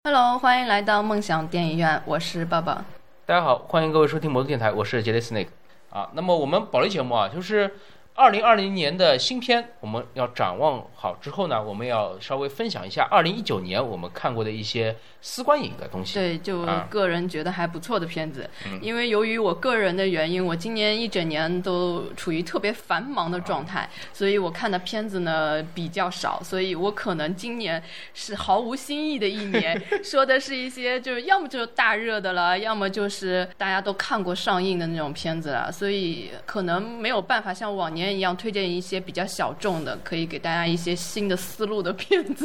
Hello，欢迎来到梦想电影院，我是抱抱。 大家好，欢迎各位收听魔都电台，我是杰雷斯内克啊。那么我们保利节目啊，就是2020年的新片，我们要展望好之后呢，我们要稍微分享一下2019年我们看过的一些丝观影的东西。 对，就个人觉得还不错的片子。因为由于我个人的原因，我今年一整年都处于特别繁忙的状态，所以我看的片子呢比较少，所以我可能今年是毫无新意的一年，说的是一些就是要么就是大热的了，要么就是大家都看过上映的那种片子了，所以可能没有办法像往年一样推荐一些比较小众的，可以给大家一些新的思路的片子。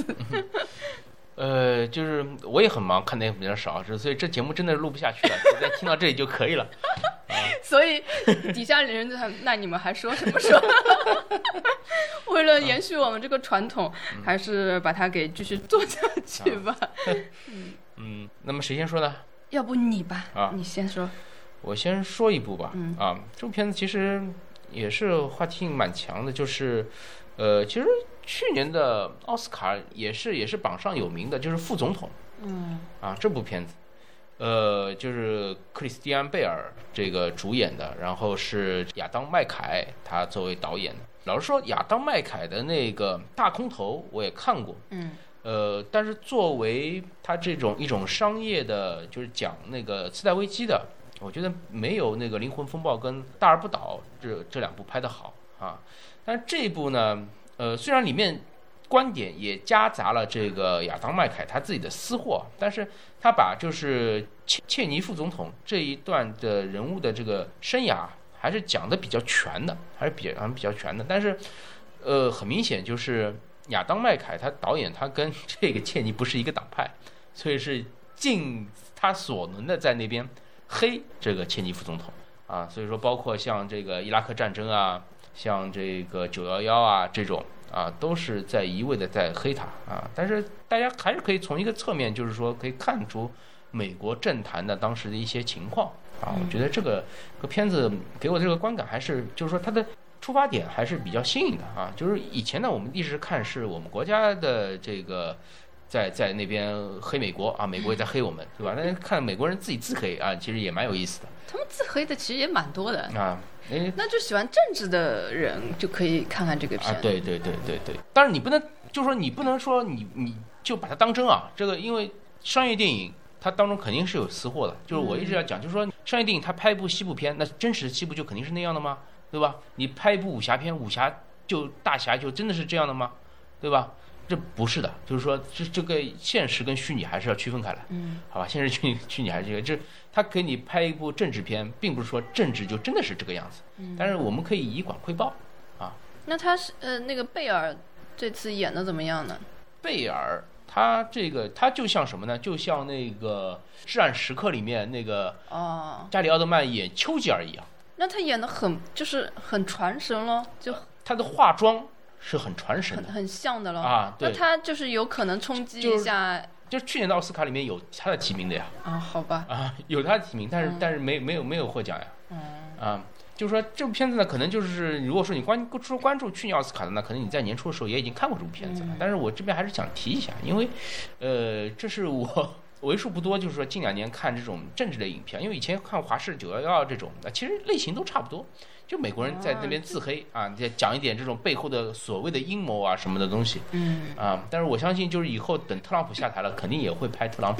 就是我也很忙，看的也比较少，所以这节目真的录不下去了，直接听到这里就可以了。 所以底下人就那你们还说什么说？为了延续我们这个传统，还是把它给继续做下去吧。 那么谁先说呢？ 要不你吧，你先说。 我先说一部吧。这部片子其实也是话题性蛮强的，就是其实去年的奥斯卡也是榜上有名的，就是副总统。这部片子就是克里斯蒂安贝尔这个主演的，然后是亚当麦凯他作为导演的。老实说，亚当麦凯的那个大空头我也看过。但是作为他这种一种商业的，就是讲那个次贷危机的，我觉得没有那个灵魂风暴跟大而不倒这两部拍得好啊。但是这一部呢，虽然里面观点也夹杂了这个亚当麦凯他自己的私货，但是他把就是切尼副总统这一段的人物的这个生涯还是讲的比较全的，比较全的。但是很明显就是亚当麦凯他导演他跟这个切尼不是一个党派，所以是尽他所能的在那边黑这个切尼副总统啊。所以说包括像这个伊拉克战争啊，像这个911啊这种啊，都是在一味的在黑他啊。但是大家还是可以从一个侧面，就是说可以看出美国政坛的当时的一些情况啊。我觉得这个片子给我这个观感还是就是说它的出发点还是比较新颖的啊。就是以前呢，我们一直看是我们国家的这个在那边黑美国啊，美国也在黑我们，对吧？但是看美国人自己自黑啊，其实也蛮有意思的。 他们自黑的其实也蛮多的啊。 那就喜欢政治的人就可以看看这个片子。 对。当然你不能就是说你不能说你就把它当真啊。这个因为商业电影它当中肯定是有私货的，就是我一直要讲，就是说商业电影它拍一部西部片，那真实的西部就肯定是那样的吗？对吧？你拍一部武侠片，武侠就大侠就真的是这样的吗？对吧？这不是的，就是说这个现实跟虚拟还是要区分开来。好吧，现实虚拟还是这他给你拍一部政治片，并不是说政治就真的是这个样子。但是我们可以以管窥豹啊。 那他是那个贝尔这次演的怎么样呢？ 贝尔他就像什么呢？就像那个《至暗时刻》里面那个加里奥德曼演丘吉尔一样。 那他演的就是很传神咯，就他的化妆是很传神的， 很像的咯啊。对， 那他就是有可能冲击一下。 就去年的奥斯卡里面有他的提名的呀。 好吧。 有他的提名，但是没有获奖呀。就是说这部片子呢，可能就是如果说你关注去年奥斯卡的呢，可能你在年初的时候也已经看过这部片子了。但是我这边还是想提一下，因为这是我为数不多就是说近2年看这种政治类影片，因为以前看华视911这种，其实类型都差不多，就美国人在那边自黑再讲一点这种背后的所谓的阴谋啊什么的东西。但是我相信就是以后等特朗普下台了，肯定也会拍特朗普。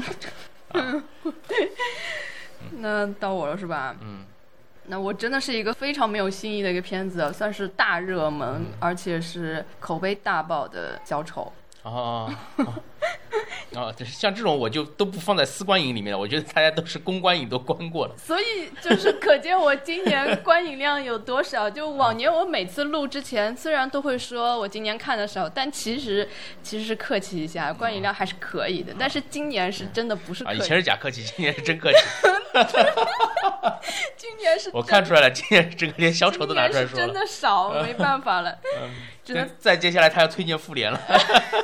那到我了是吧？那我真的是一个非常没有新意的一个片子，算是大热门，而且是口碑大爆的小丑。 像这种我就都不放在私观影里面了，我觉得大家都是公观影都观过了， 所以就是可见我今年观影量有多少。就往年我每次录之前虽然都会说我今年看的少，但其实是客气一下，观影量还是可以的。但是今年是真的不是客气， 以前是假客气，今年是真客气。 今年是我看出来了，今年是这个连小丑都拿出来说了， 真的少，没办法了。 只能再接下来他要推荐复联了。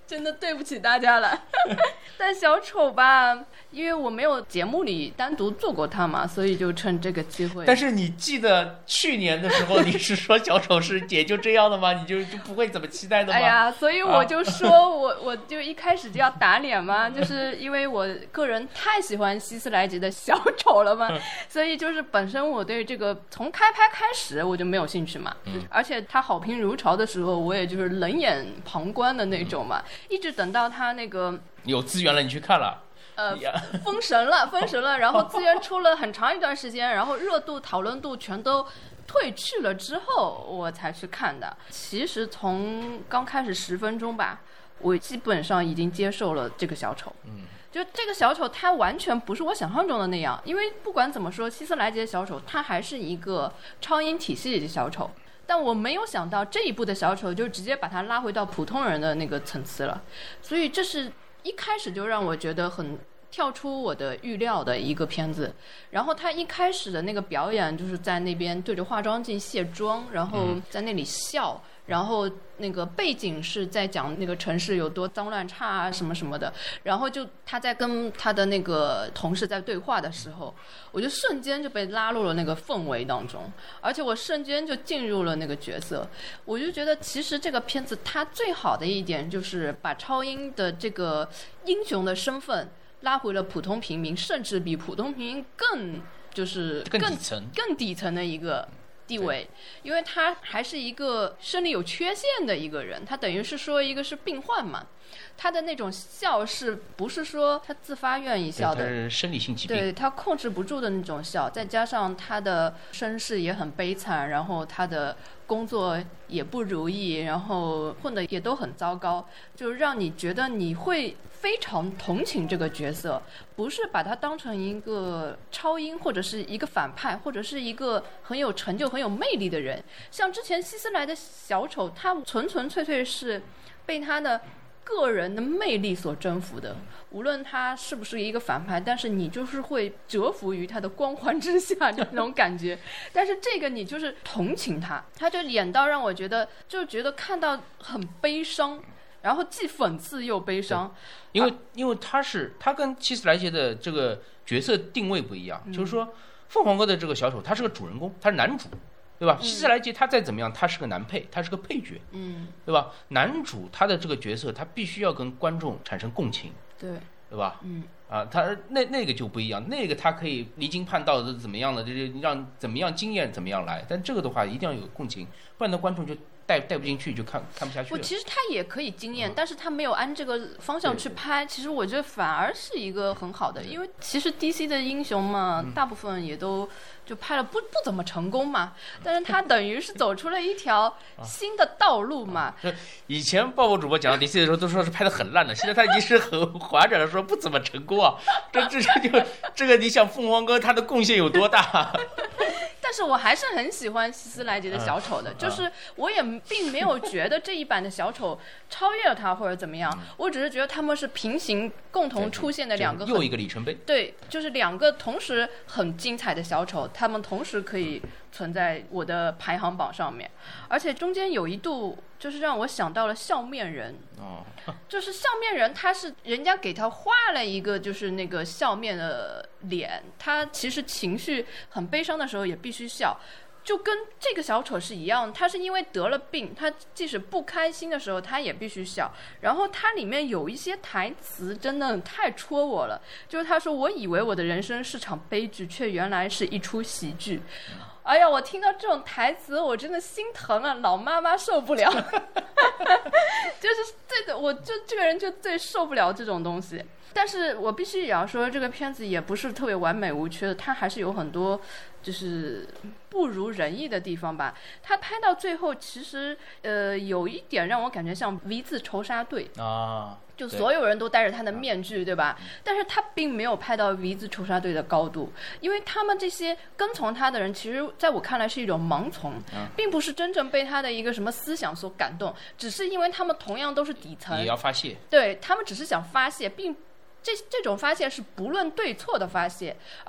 真的对不起大家了。但小丑吧，因为我没有节目里单独做过他嘛，所以就趁这个机会。 但是你记得去年的时候，你是说小丑是也就这样的吗？你就不会怎么期待的吗？ 哎呀，所以我就说我就一开始就要打脸嘛，就是因为我个人太喜欢希斯莱杰的小丑了嘛，所以就是本身我对这个从开拍开始我就没有兴趣嘛，而且他好评如潮的时候，我也就是冷眼旁观的那种嘛，一直等到他那个有资源了，你去看了。 封神了，然后资源出了很长一段时间，然后热度、讨论度全都退去了之后，我才去看的。其实从刚开始10分钟吧，我基本上已经接受了这个小丑。就这个小丑，他完全不是我想象中的那样，因为不管怎么说，希斯莱杰的小丑他还是一个超英体系里的小丑。但我没有想到这一部的小丑就直接把他拉回到普通人的那个层次了，所以这是一开始就让我觉得很跳出我的预料的一个片子。然后他一开始的那个表演就是在那边对着化妆镜卸妆，然后在那里笑，然后那个背景是在讲那个城市有多脏乱差啊什么什么的，然后就他在跟他的那个同事在对话的时候，我就瞬间就被拉入了那个氛围当中，而且我瞬间就进入了那个角色。我就觉得其实这个片子它最好的一点就是把超英的这个英雄的身份拉回了普通平民，甚至比普通平民更底层的一个地位，因为他还是一个生理有缺陷的一个人，他等于是说一个是病患嘛，他的那种笑是不是说他自发愿意笑的， 他是生理性疾病， 对，他控制不住的那种笑，再加上他的身世也很悲惨，然后他的工作也不如意，然后混得也都很糟糕，就让你觉得你会非常同情这个角色，不是把他当成一个超英或者是一个反派，或者是一个很有成就很有魅力的人。像之前希斯莱的小丑，他纯粹是被他的个人的魅力所征服的，无论他是不是一个反派，但是你就是会折服于他的光环之下的那种感觉。但是这个你就是同情他，他就演到让我觉得看到很悲伤，然后既讽刺又悲伤。 因为他跟希斯莱杰的这个角色定位不一样，就是说凤凰哥的这个小丑他是个主人公，他是男主，对吧？希斯莱杰他再怎么样，他是个男配，他是个配角，对吧？男主他的这个角色，他必须要跟观众产生共情，对吧？他那个就不一样，那个他可以离经叛道的怎么样的，就是让怎么样经验怎么样来，但这个的话一定要有共情，不然的观众就带不进去，就看不下去了。 其实他也可以经验，但是他没有按这个方向去拍，其实我觉得反而是一个很好的，因为其实 DC 的英雄嘛，大部分也都就拍了不怎么成功嘛，但是他等于是走出了一条新的道路嘛。 以前报报主播讲到 DC 的时候都说是拍得很烂的，现在他已经是很华转的说不怎么成功啊。这个你想凤凰哥他的贡献有多大？ 但是我还是很喜欢希斯莱杰的小丑的，就是我也并没有觉得这一版的小丑超越了他或者怎么样，我只是觉得他们是平行共同出现的两个又一个里程碑。 对，就是两个同时很精彩的小丑，他们同时可以存在我的排行榜上面。而且中间有一度就是让我想到了笑面人，就是笑面人他是人家给他画了一个就是那个笑面的脸，他其实情绪很悲伤的时候也必须笑，就跟这个小丑是一样，他是因为得了病，他即使不开心的时候他也必须笑。然后他里面有一些台词真的太戳我了，就是他说我以为我的人生是场悲剧，却原来是一出喜剧。哎呀，我听到这种台词我真的心疼啊，老妈妈受不了。就是我就这个人就最受不了这种东西。但是我必须也要说，这个片子也不是特别完美无缺的，它还是有很多就是不如人意的地方吧。它拍到最后其实有一点让我感觉像 V 字仇杀队啊，就所有人都戴着他的面具，对吧？但是他并没有拍到 V 字仇杀队的高度，因为他们这些跟从他的人其实在我看来是一种盲从，并不是真正被他的一个什么思想所感动，只是因为他们同样都是底层， 也要发泄， 对，他们只是想发泄，并这种发泄是不论对错的发泄，而且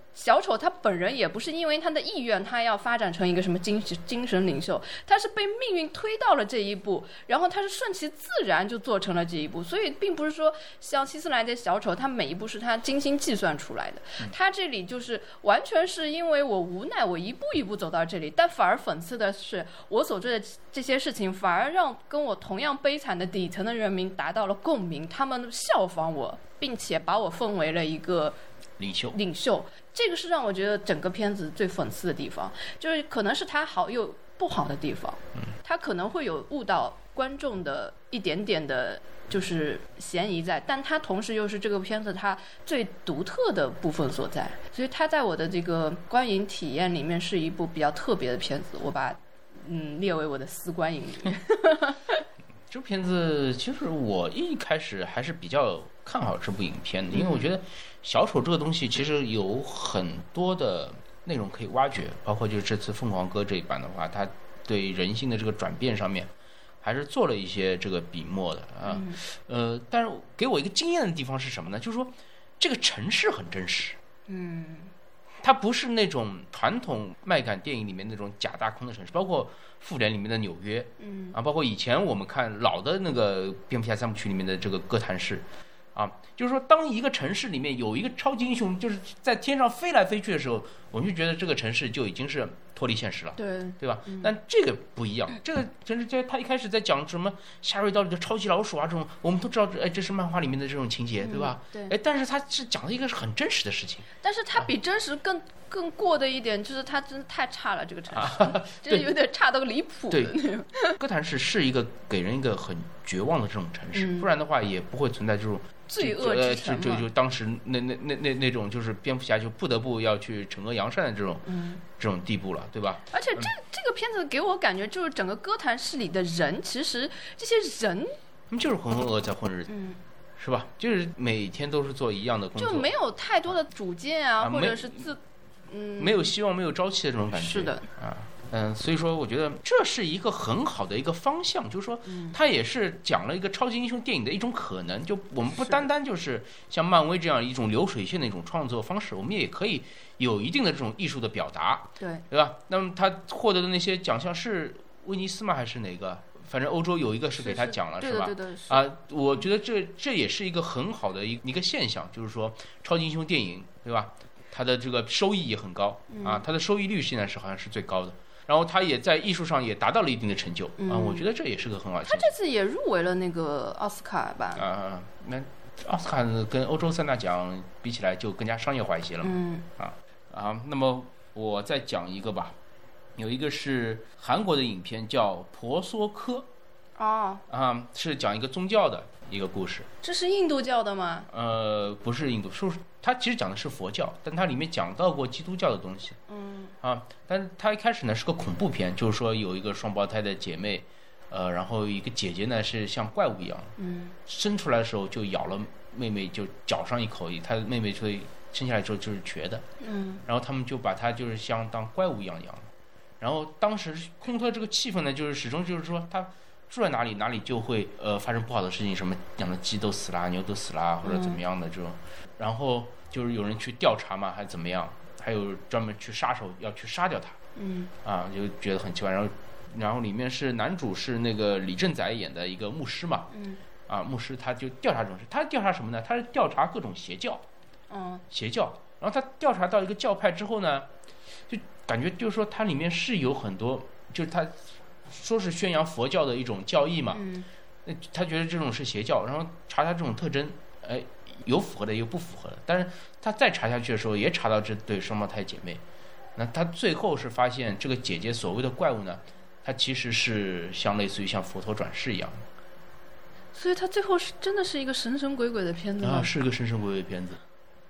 小丑他本人也不是因为他的意愿，他要发展成一个什么精神领袖，他是被命运推到了这一步，然后他是顺其自然就做成了这一步。所以并不是说像希斯莱杰小丑，他每一步是他精心计算出来的，他这里就是完全是因为我无奈，我一步一步走到这里，但反而讽刺的是，我所做的这些事情反而让跟我同样悲惨的底层的人民达到了共鸣，他们效仿我，并且把我奉为了一个领袖。这个是让我觉得整个片子最讽刺的地方，就是可能是它好有不好的地方，它可能会有误导观众的一点点的就是嫌疑在，但它同时又是这个片子它最独特的部分所在，所以它在我的这个观影体验里面是一部比较特别的片子，我把列为我的私观影里面。 这部片子其实我一开始还是比较看好这部影片的，因为我觉得小丑这个东西其实有很多的内容可以挖掘，包括就是这次凤凰哥这一版的话，它对人性的这个转变上面还是做了一些这个笔墨的啊。但是给我一个惊艳的地方是什么呢？就是说这个城市很真实。它不是那种传统麦感电影里面那种假大空的城市，包括复联里面的纽约，包括以前我们看老的那个蝙蝠侠三部曲里面的这个哥谭市，就是说当一个城市里面有一个超级英雄就是在天上飞来飞去的时候，我们就觉得这个城市就已经是脱离现实了，对吧？但这个不一样，这个城市他一开始在讲什么夏瑞道里的超级老鼠啊这种，我们都知道，这是漫画里面的这种情节，对吧？但是他是讲了一个很真实的事情， 但是他比真实更过的一点就是它真的太差了，这个城市就是有点差到离谱的那种。 哥谭市是一个给人一个很绝望的这种城市，不然的话也不会存在这种罪恶之城嘛。 就当时那种就是蝙蝠侠就不得不要去惩恶扬善的这种地步了，对吧？ 而且这个片子给我感觉就是整个哥谭市里的人，其实这些人他们就是浑浑噩噩在混日子。是吧？就是每天都是做一样的工作， 就没有太多的主见或者是没有希望、没有朝气的这种感觉。 是的所以说我觉得这是一个很好的一个方向，就是说它也是讲了一个超级英雄电影的一种可能。就我们不单单就是像漫威这样一种流水线的一种创作方式，我们也可以有一定的这种艺术的表达，对吧？那么他获得的那些奖项是威尼斯吗？还是哪个？反正欧洲有一个是给他讲了，是吧？我觉得这也是一个很好的一个现象，就是说超级英雄电影，对吧？它的这个收益也很高它的收益率现在是好像是最高的，然后它也在艺术上也达到了一定的成就我觉得这也是个很好的现象。 他这次也入围了那个奥斯卡吧？ 那奥斯卡跟欧洲三大奖比起来就更加商业化一些了那么我再讲一个吧。有一个是韩国的影片叫《婆娑科》是讲一个宗教的一个故事。 这是印度教的吗？ 不是印度，它其实讲的是佛教，但它里面讲到过基督教的东西。但是它一开始呢是个恐怖片，就是说有一个双胞胎的姐妹，然后一个姐姐呢是像怪物一样，生出来的时候就咬了妹妹就咬上一口，她妹妹所以生下来之后就是瘸的。然后他们就把她就是像当怪物一样养。然后当时空特这个气氛呢，就是始终就是说他住在哪里就会发生不好的事情，什么养的鸡都死啦，牛都死啦，或者怎么样的这种。然后就是有人去调查嘛，还怎么样，还有专门去杀手要去杀掉他。就觉得很奇怪。然后里面是男主是那个李正宰演的一个牧师嘛。牧师他就调查这种事，他调查什么呢？他是调查各种邪教。邪教。然后他调查到一个教派之后呢，就感觉就是说它里面是有很多，就是他说是宣扬佛教的一种教义嘛，他觉得这种是邪教，然后查他这种特征，有符合的也有不符合的，但是他再查下去的时候也查到这对双胞胎姐妹，那他最后是发现这个姐姐所谓的怪物呢，它其实是类似于像佛陀转世一样的， 所以他最后是真的是一个神神鬼鬼的片子吗？ 是个神神鬼鬼的片子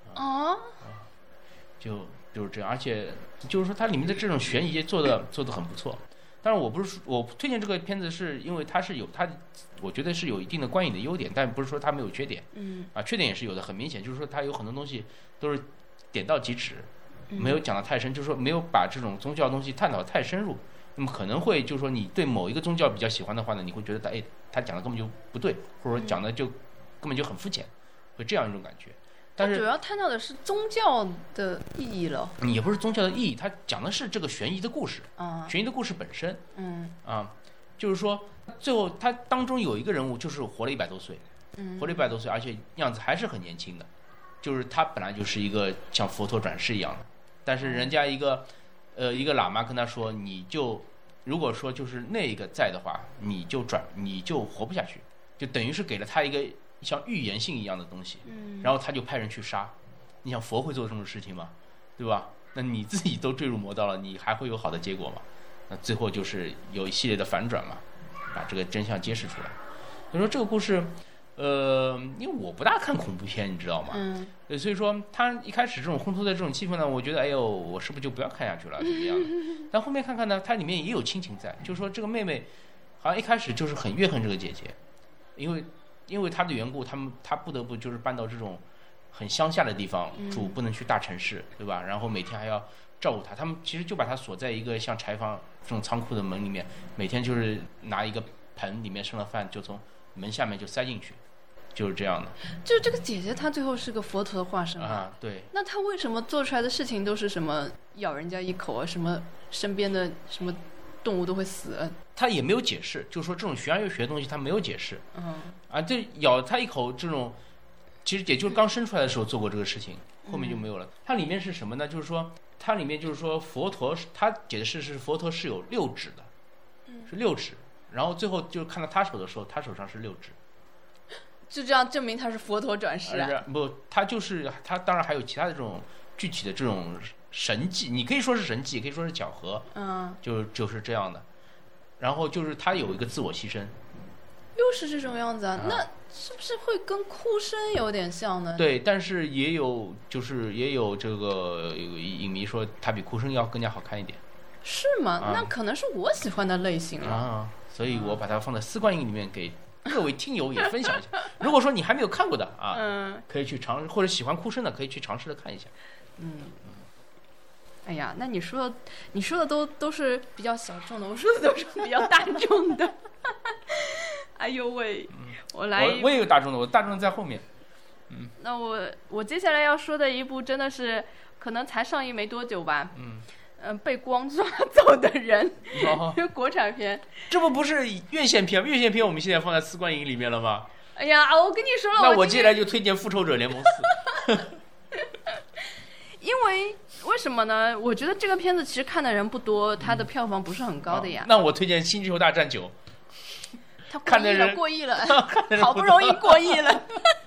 就是这样，而且就是说它里面的这种悬疑做得很不错。当然我推荐这个片子是因为它是有我觉得是有一定的观影的优点，但不是说它没有缺点。缺点也是有的，很明显就是说它有很多东西都是点到即止，没有讲得太深，就是说没有把这种宗教的东西探讨太深入。那么可能会就是说你对某一个宗教比较喜欢的话呢，你会觉得他讲的根本就不对，或者说讲的就根本就很肤浅，会这样一种感觉。 但是主要探讨的是宗教的意义了。 也不是宗教的意义，它讲的是这个悬疑的故事，悬疑的故事本身。就是说最后他当中有一个人物就是活了100多岁，活了100多岁，而且样子还是很年轻的。就是他本来就是一个像佛陀转世一样的，但是人家一个喇嘛跟他说，你就如果说就是那个在的话，你就活不下去，就等于是给了他一个像预言性一样的东西。然后他就派人去杀。你想佛会做这种事情吗？对吧？那你自己都坠入魔道了，你还会有好的结果吗？那最后就是有一系列的反转嘛，把这个真相揭示出来。所以说这个故事，因为我不大看恐怖片，你知道吗？所以说他一开始这种烘托的这种气氛呢，我觉得哎呦，我是不是就不要看下去了，怎么样的？但后面看看呢，它里面也有亲情在，就是说这个妹妹好像一开始就是很怨恨这个姐姐，因为她的缘故，她不得不就是搬到这种很乡下的地方住，不能去大城市，对吧？然后每天还要照顾她，他们其实就把她锁在一个像柴房这种仓库的门里面，每天就是拿一个盆，里面剩了饭就从门下面就塞进去，就是这样的。 就这个姐姐她最后是个佛陀的化身啊，对。 那她为什么做出来的事情都是什么咬人家一口啊，什么身边的什么动物都会死？ 她也没有解释，就是说这种玄而又学的东西她没有解释。这咬她一口这种，其实也就是刚生出来的时候做过这个事情，后面就没有了。它里面是什么呢？就是说它里面就是说佛陀，他解释是佛陀是有6指的，是6指。然后最后就看到他手的时候，他手上是6指， 就这样证明他是佛陀转世啊？ 不，他当然还有其他的这种具体的这种神迹，你可以说是神迹，也可以说是巧合，就是这样的。然后就是他有一个自我牺牲， 又是这种样子啊？那是不是会跟哭声有点像呢？ 对，但是也有这个影迷说他比哭声要更加好看一点。 是吗？那可能是我喜欢的类型了。 所以我把它放在丝观影里面给各位听友也分享一下。如果说你还没有看过的可以去尝试，或者喜欢哭声的可以去尝试的看一下。 哎呀，那你说的都是比较小众的，我说的都是比较大众的。哎呦喂，我也有大众的，我大众的在后面。 那我接下来要说的一部真的是可能才上映没多久吧。被光抓走的人，国产片。 这不是院线片？院线片我们现在放在丝观影里面了吗？ 哎呀，我跟你说了， 那我接下来就推荐《复仇者联盟4》。 因为什么呢？我觉得这个片子其实看的人不多，它的票房不是很高的呀。 那我推荐《星球大战9》。 它过亿了，好不容易过亿了。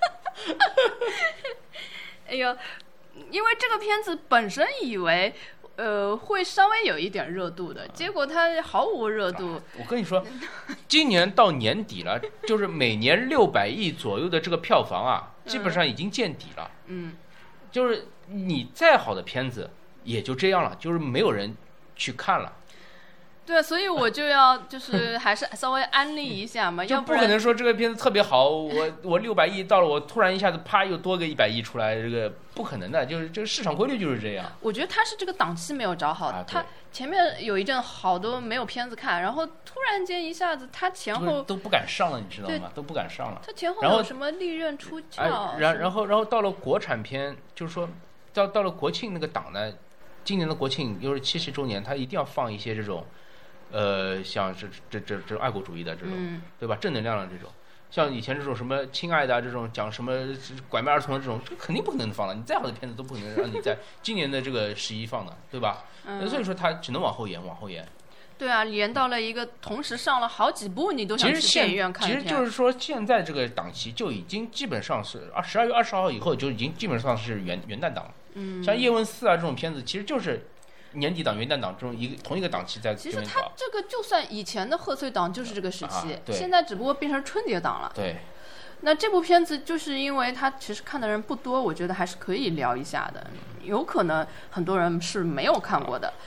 哎呦，因为这个片子本身以为会稍微有一点热度的，结果它毫无热度。 我跟你说，今年到年底了，就是每年600亿左右的这个票房基本上已经见底了。就是你再好的片子也就这样了，就是没有人去看了。 对，所以我就要就是还是稍微安利一下嘛， 就不可能说这个片子特别好，我600亿到了，我突然一下子啪又多个100亿出来，这个不可能的，就是这个市场规律就是这样。 我觉得他是这个档期没有找好，他前面有一阵好多没有片子看，然后突然间一下子他前后都不敢上了，你知道吗？都不敢上了。 他前后有什么利刃出鞘？ 然后到了国产片，就是说到了国庆那个档呢，今年的国庆又是70周年，他一定要放一些这种。像这爱国主义的这种，对吧？正能量的这种，像以前这种什么亲爱的这种讲什么拐卖儿童的这种，这肯定不可能放了。你再好的片子都不可能让你在今年的这个11放的，对吧？所以说它只能往后延。 对啊，延到了一个同时上了好几部，你都想去电影院看。 其实就是说，现在这个档期就已经基本上是12月20号以后就已经基本上是元旦档了。像叶问4这种片子，其实就是年底档、元旦档这种同一个档期在这边搞。 其实它这个就算以前的贺岁档就是这个时期， 对， 现在只不过变成春节档了。 对。 那这部片子就是因为它其实看的人不多，我觉得还是可以聊一下的。有可能很多人是没有看过的。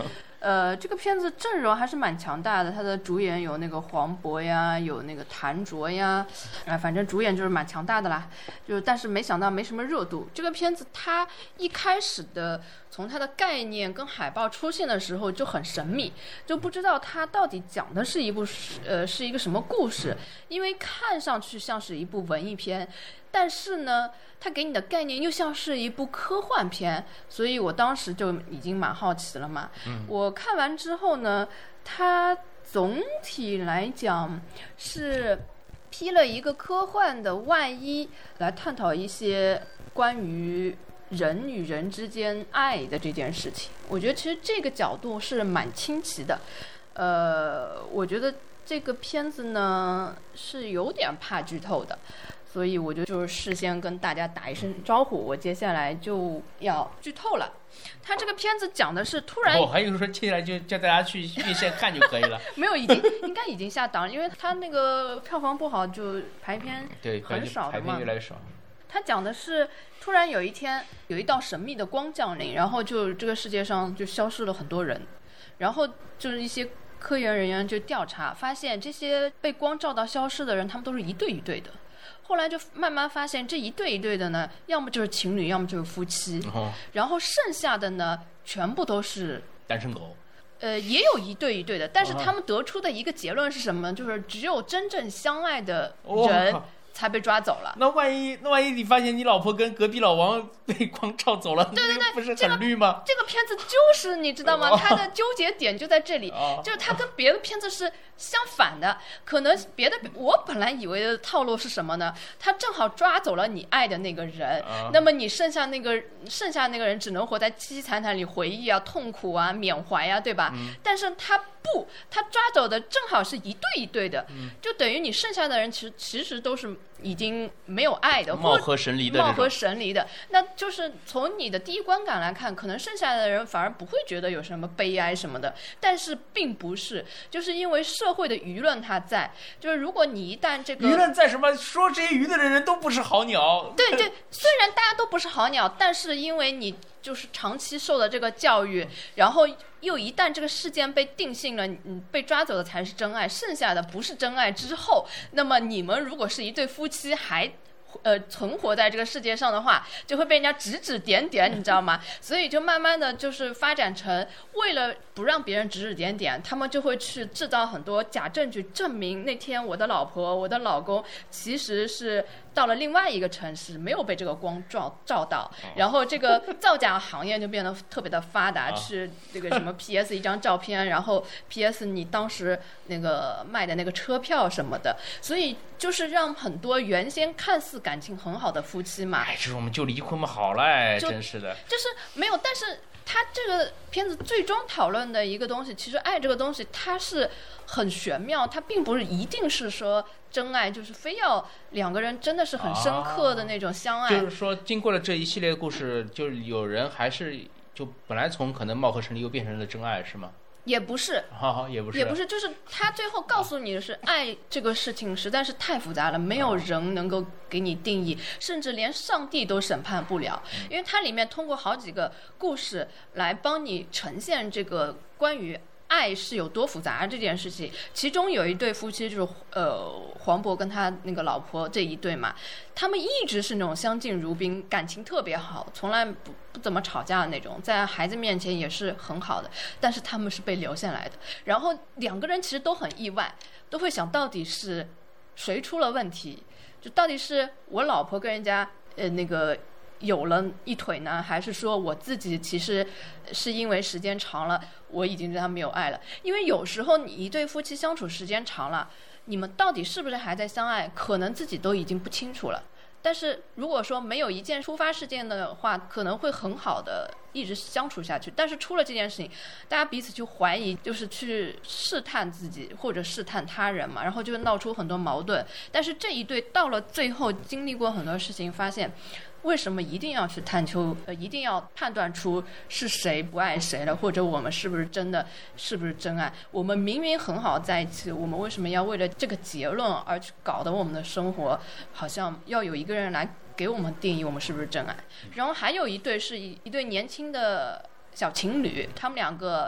这个片子阵容还是蛮强大的，它的主演有那个黄渤呀，有那个谭卓呀，反正主演就是蛮强大的啦。但是没想到没什么热度。这个片子它一开始的从它的概念跟海报出现的时候就很神秘，就不知道它到底讲的是一个什么故事，因为看上去像是一部文艺片。但是呢，它给你的概念又像是一部科幻片，所以我当时就已经蛮好奇了嘛。我看完之后呢，它总体来讲是披了一个科幻的外衣，来探讨一些关于人与人之间爱的这件事情。我觉得其实这个角度是蛮清奇的。我觉得这个片子呢是有点怕剧透的。所以我就是事先跟大家打一声招呼，我接下来就要剧透了。他这个片子讲的是突然， 我还以为说接下来就叫大家去院线看就可以了。 没有，应该已经下档，因为他那个票房不好，就排片很少的嘛。 排片越来越少。 他讲的是突然有一天有一道神秘的光降临，然后就这个世界上就消失了很多人，然后就是一些科研人员就调查，发现这些被光照到消失的人，他们都是一对一对的。后来就慢慢发现，这一对一对的呢，要么就是情侣，要么就是夫妻，然后剩下的呢，全部都是单身狗。 也有一对一对的，但是他们得出的一个结论是什么？就是只有真正相爱的人才被抓走了。 那万一你发现你老婆跟隔壁老王被光照走了， 对， 不是很绿吗？ 这个片子就是你知道吗？它的纠结点就在这里，就是它跟别的片子是相反的。可能我本来以为的套路是什么呢？他正好抓走了你爱的那个人，那么你剩下那个人只能活在凄凄惨惨里回忆啊、痛苦啊、缅怀啊，对吧？但是他抓走的正好是一对一对的，就等于你剩下的人其实都是已经没有爱的， 貌合神离的， 那就是从你的第一观感来看，可能剩下的人反而不会觉得有什么悲哀什么的，但是并不是，就是因为社会的舆论它在，就是如果你一旦这个舆论在什么，说这些舆论的人都不是好鸟。 对，虽然大家都不是好鸟，但是因为你就是长期受的这个教育，然后又一旦这个事件被定性了，被抓走的才是真爱，剩下的不是真爱之后，那么你们如果是一对夫妻还存活在这个世界上的话，就会被人家指指点点，你知道吗？所以就慢慢的就是发展成，为了不让别人指指点点，他们就会去制造很多假证据，证明那天我的老婆、我的老公其实是到了另外一个城市，没有被这个光照到，然后这个造假行业就变得特别的发达，去这个什么 PS 一张照片，然后 PS 你当时那个卖的那个车票什么的，所以就是让很多原先看似感情很好的夫妻嘛， 这我们就离婚嘛，好嘞，真是的， 就是没有，但是他这个片子最终讨论的一个东西，其实爱这个东西它是很玄妙，它并不是一定是说真爱，就是非要两个人真的是很深刻的那种相爱。 就是说，经过了这一系列的故事，就是有人还是就本来从可能貌合神离又变成了真爱，是吗？ 也不是， 也不是， 就是他最后告诉你的是，爱这个事情实在是太复杂了，没有人能够给你定义，甚至连上帝都审判不了，因为它里面通过好几个故事来帮你呈现这个关于爱是有多复杂这件事情。其中有一对夫妻就是黄渤跟他那个老婆这一对嘛，他们一直是那种相敬如宾，感情特别好，从来不怎么吵架的那种，在孩子面前也是很好的，但是他们是被留下来的。然后两个人其实都很意外，都会想到底是谁出了问题，就到底是我老婆跟人家那个有了一腿呢，还是说我自己其实是因为时间长了，我已经对他没有爱了。因为有时候你一对夫妻相处时间长了，你们到底是不是还在相爱，可能自己都已经不清楚了。但是如果说没有一件突发事件的话，可能会很好的一直相处下去。但是出了这件事情，大家彼此就怀疑，就是去试探自己或者试探他人嘛，然后就闹出很多矛盾。但是这一对到了最后经历过很多事情，发现为什么一定要去探究，一定要判断出是谁不爱谁了，或者我们是不是真的是不是真爱？我们明明很好在一起，我们为什么要为了这个结论而去搞得我们的生活好像要有一个人来给我们定义我们是不是真爱？然后还有一对是一对年轻的小情侣，他们两个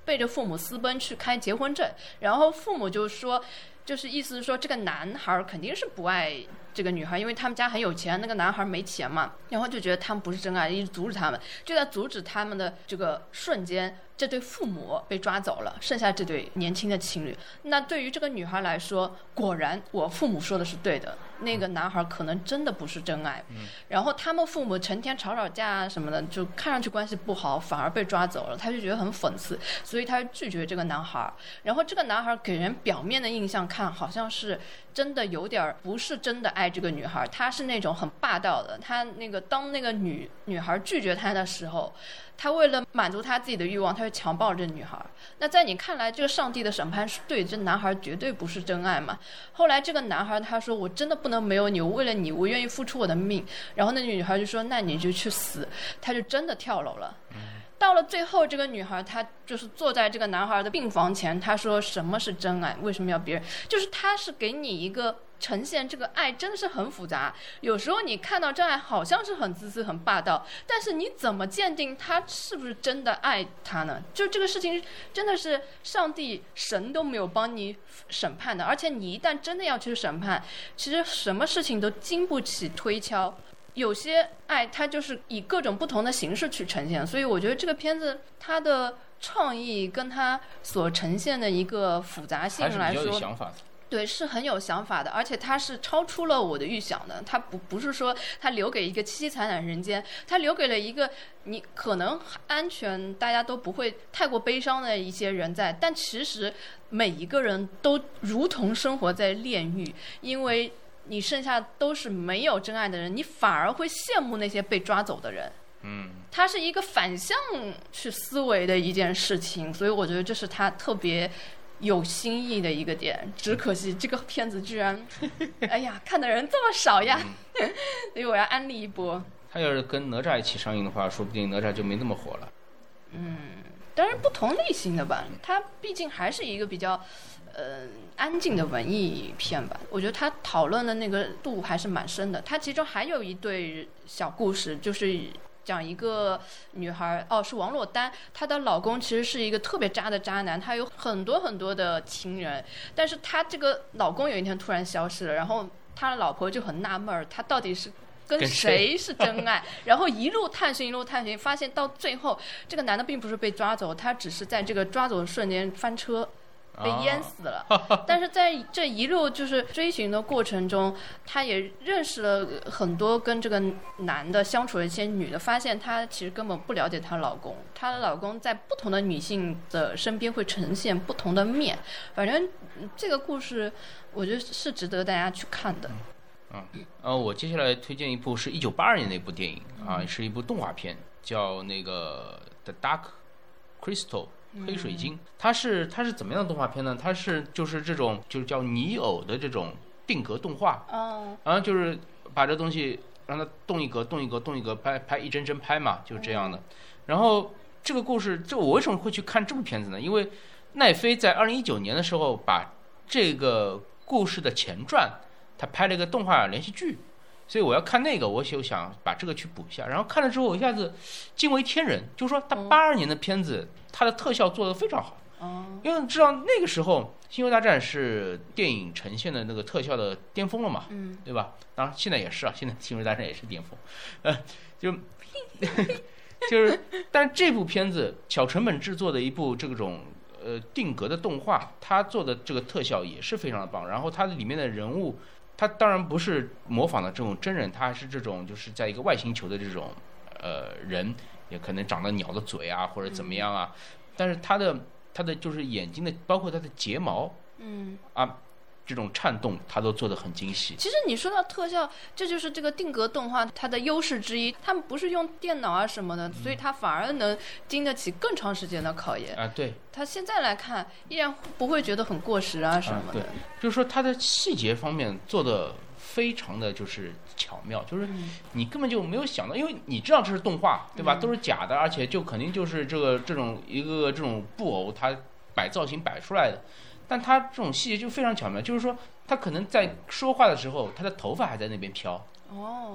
背着父母私奔去开结婚证，然后父母就说，就是意思是说这个男孩肯定是不爱这个女孩，因为他们家很有钱，那个男孩没钱嘛，然后就觉得他们不是真爱，一直阻止他们，就在阻止他们的这个瞬间，这对父母被抓走了，剩下这对年轻的情侣。那对于这个女孩来说，果然我父母说的是对的，那个男孩可能真的不是真爱。然后他们父母成天吵架啊什么的，就看上去关系不好，反而被抓走了，他就觉得很讽刺，所以他拒绝这个男孩。然后这个男孩给人表面的印象看好像是真的有点不是真的爱这个女孩，他是那种很霸道的。他那个当那个女孩拒绝他的时候，他为了满足他自己的欲望，他就强暴这女孩。那在你看来，这个上帝的审判是对，这男孩绝对不是真爱嘛。后来这个男孩他说，我真的不能没有你，我为了你我愿意付出我的命。然后那女孩就说，那你就去死。他就真的跳楼了。到了最后，这个女孩她就是坐在这个男孩的病房前，她说什么是真爱，为什么要别人，就是她是给你一个呈现，这个爱真的是很复杂。有时候你看到真爱好像是很自私很霸道，但是你怎么鉴定他是不是真的爱他呢？就这个事情真的是上帝神都没有帮你审判的，而且你一旦真的要去审判，其实什么事情都经不起推敲。有些爱它就是以各种不同的形式去呈现，所以我觉得这个片子它的创意跟它所呈现的一个复杂性来说， 还是比较有想法的。 对，是很有想法的，而且它是超出了我的预想的。它不是说它留给一个凄凄惨惨人间，它留给了一个你可能安全，大家都不会太过悲伤的一些人在，但其实每一个人都如同生活在炼狱，因为你剩下都是没有真爱的人，你反而会羡慕那些被抓走的人。它是一个反向去思维的一件事情，所以我觉得这是它特别有新意的一个点。只可惜这个片子居然哎呀看的人这么少呀所以我要安利一波。 他要是跟哪吒一起上映的话，说不定哪吒就没那么火了。 当然不同类型的吧，它毕竟还是一个比较安静的文艺片吧。我觉得它讨论的那个度还是蛮深的。它其中还有一对小故事，就是讲一个女孩，是王珞丹，她的老公其实是一个特别渣的渣男，他有很多很多的情人，但是她这个老公有一天突然消失了，然后他的老婆就很纳闷，他到底是跟谁是真爱？然后一路探寻，发现到最后，这个男的并不是被抓走，他只是在这个抓走的瞬间翻车，被淹死了。但是在这一路就是追寻的过程中，她也认识了很多跟这个男的相处的一些女的，发现她其实根本不了解她老公，她的老公在不同的女性的身边会呈现不同的面。反正这个故事，我觉得是值得大家去看的。 我接下来推荐一部是1982年的一部电影是一部动画片，叫那个 The Dark Crystal 黑水晶。它是怎么样的动画片呢？它就是这种就是叫拟偶的这种定格动画。然后就是把这东西让它动一格拍一帧拍嘛，就是这样的。然后这个故事，我为什么会去看这部片子呢？因为奈飞在2019年的时候把这个故事的前传他拍了一个动画连续剧，所以我要看那个，我就想把这个去补一下。然后看了之后，我一下子惊为天人，就是说他82年的片子，它的特效做得非常好。因为知道那个时候《星球大战》是电影呈现的那个特效的巅峰了嘛，对吧？当然现在也是现在《星球大战》也是巅峰，就是，但这部片子小成本制作的一部这种定格的动画，它做的这个特效也是非常的棒。然后它里面的人物，它当然不是模仿的这种真人，它是这种就是在一个外星球的这种人，也可能长了鸟的嘴啊或者怎么样啊，但是它的就是眼睛的，包括它的睫毛，这种颤动它都做得很精细。 其实你说到特效，这就是这个定格动画它的优势之一，他们不是用电脑啊什么的，所以它反而能经得起更长时间的考验对， 它现在来看依然不会觉得很过时啊什么的。 对，就是说它的细节方面做的非常的就是巧妙，就是你根本就没有想到，因为你知道这是动画，对吧？都是假的，而且就肯定就是这种一个这种布偶它摆造型摆出来的。但他这种细节就非常巧妙，就是说他可能在说话的时候，他的头发还在那边飘。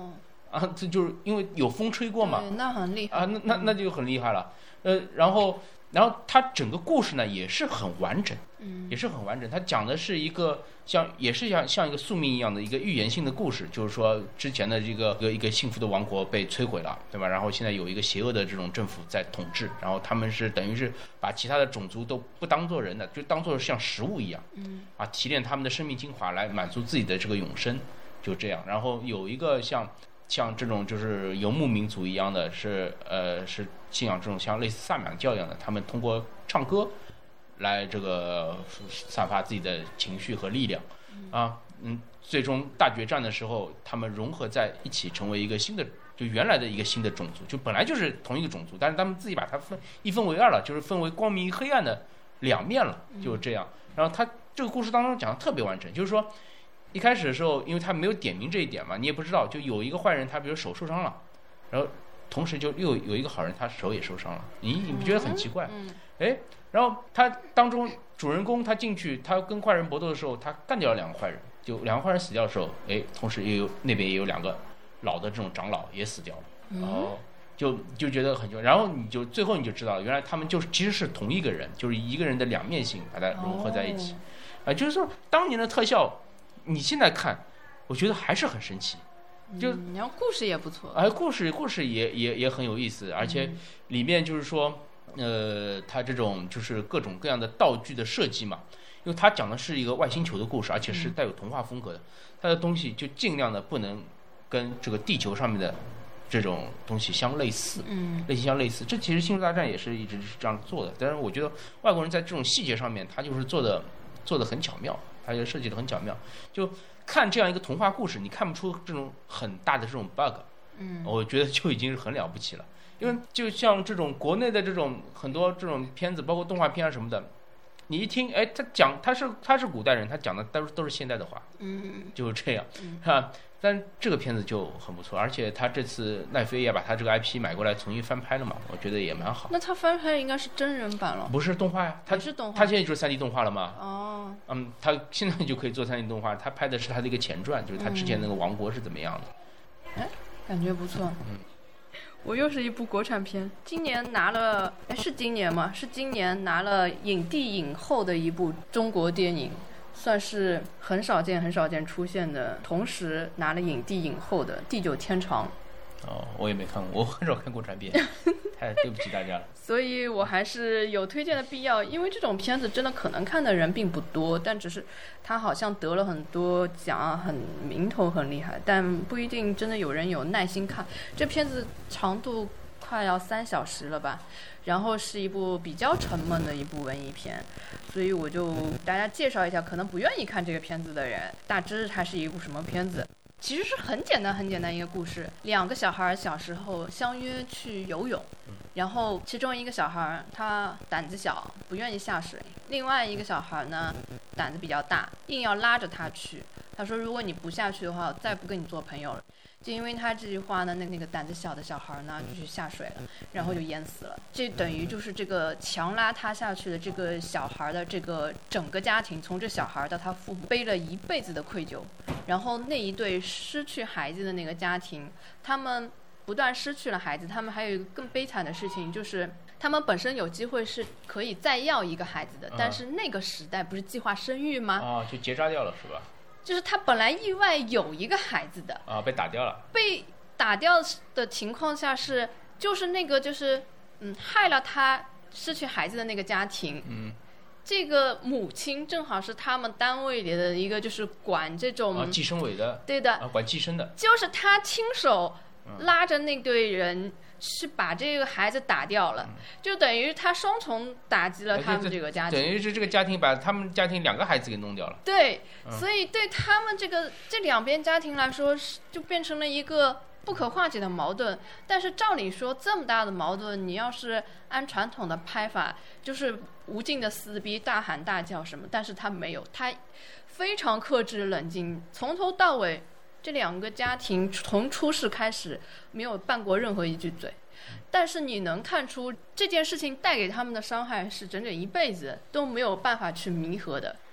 啊，这就是因为有风吹过嘛， 对，那很厉害啊，那就很厉害了。然后它整个故事呢也是很完整，也是很完整。它讲的是一个也是像一个宿命一样的一个预言性的故事，就是说之前的这个一个幸福的王国被摧毁了，对吧？然后现在有一个邪恶的这种政府在统治，然后他们是等于是把其他的种族都不当做人的，就当做像食物一样，提炼他们的生命精华来满足自己的这个永生，就这样。然后有一个像这种就是游牧民族一样的是信仰这种像类似萨满教一样的，他们通过唱歌来这个散发自己的情绪和力量，最终大决战的时候，他们融合在一起，成为一个新的，就原来的一个新的种族，就本来就是同一个种族，但是他们自己把它一分为二了，就是分为光明黑暗的两面了，就是这样。然后他这个故事当中讲的特别完整，就是说一开始的时候，因为他没有点明这一点嘛，你也不知道，就有一个坏人，他比如手受伤了，然后同时就又有一个好人，他手也受伤了，你不觉得很奇怪？然后他当中主人公他进去，他跟坏人搏斗的时候，他干掉了两个坏人，就两个坏人死掉的时候，同时那边也有两个老的这种长老也死掉了，然后就觉得很久，然后最后你就知道，原来他们其实是同一个人，就是一个人的两面性，把它融合在一起，就是说当年的特效，你现在看，我觉得还是很神奇。 然后故事也不错， 故事也很有意思，而且里面就是说，它这种就是各种各样的道具的设计嘛，因为它讲的是一个外星球的故事，而且是带有童话风格的，它的东西就尽量的不能跟这个地球上面的这种东西相类似，相类似。这其实星球大战也是一直是这样做的，但是我觉得外国人在这种细节上面，他就是做的很巧妙，他就设计的很巧妙，就。看这样一个童话故事，你看不出这种很大的这种 bug，我觉得就已经是很了不起了。因为就像这种国内的这种很多这种片子，包括动画片啊什么的，你一听，他讲他是古代人，他讲的都是现代的话，就是这样，但这个片子就很不错，而且他这次奈飞也把他这个 IP 买过来重新翻拍了嘛，我觉得也蛮好。 那他翻拍应该是真人版了？ 不是动画呀，他是动画， 他现在就是 3D 动画了嘛。他现在就可以做 3D 动画，他拍的是他的一个前传，就是他之前那个王国是怎么样的。 感觉不错。我又是一部国产片，今年拿了，是今年吗？是今年拿了影帝影后的一部中国电影。算是很少见出现的，同时拿了影帝影后的《地久天长》。 我也没看过，我很少看国产片，太对不起大家了。 所以我还是有推荐的必要，因为这种片子真的可能看的人并不多，但只是它好像得了很多奖，很名头很厉害，但不一定真的有人有耐心看。这片子长度快要3小时了吧，然后是一部比较沉闷的一部文艺片，所以我就大家介绍一下可能不愿意看这个片子的人，大致它是一部什么片子。其实是很简单一个故事，两个小孩小时候相约去游泳，然后其中一个小孩他胆子小，不愿意下水，另外一个小孩呢胆子比较大，硬要拉着他去。他说如果你不下去的话，我再不跟你做朋友了。就因为他这句话呢，那个胆子小的小孩呢就去下水了，然后就淹死了。这等于就是这个强拉他下去的这个小孩的这个整个家庭，从这小孩到他父母背了一辈子的愧疚。然后那一对失去孩子的那个家庭，他们不断失去了孩子，他们还有一个更悲惨的事情，就是他们本身有机会是可以再要一个孩子的，但是那个时代不是计划生育吗？ 就结扎掉了是吧？ 就是他本来意外有一个孩子的被打掉了。 被打掉的情况下就是那个就是害了他失去孩子的那个家庭。这个母亲正好是他们单位里的一个就是管这种计生委的。 对的， 管计生的。 就是他亲手拉着那对人是把这个孩子打掉了，就等于他双重打击了他们这个家庭， 等于是这个家庭把他们家庭2个孩子给弄掉了。 对，所以对他们这两边家庭来说，就变成了一个不可化解的矛盾。但是照理说，这么大的矛盾，你要是按传统的拍法，就是无尽的撕逼、大喊大叫什么，但是他没有，他非常克制冷静，从头到尾。这两个家庭从出事开始没有拌过任何一句嘴，但是你能看出这件事情带给他们的伤害是整整一辈子都没有办法去弥合的。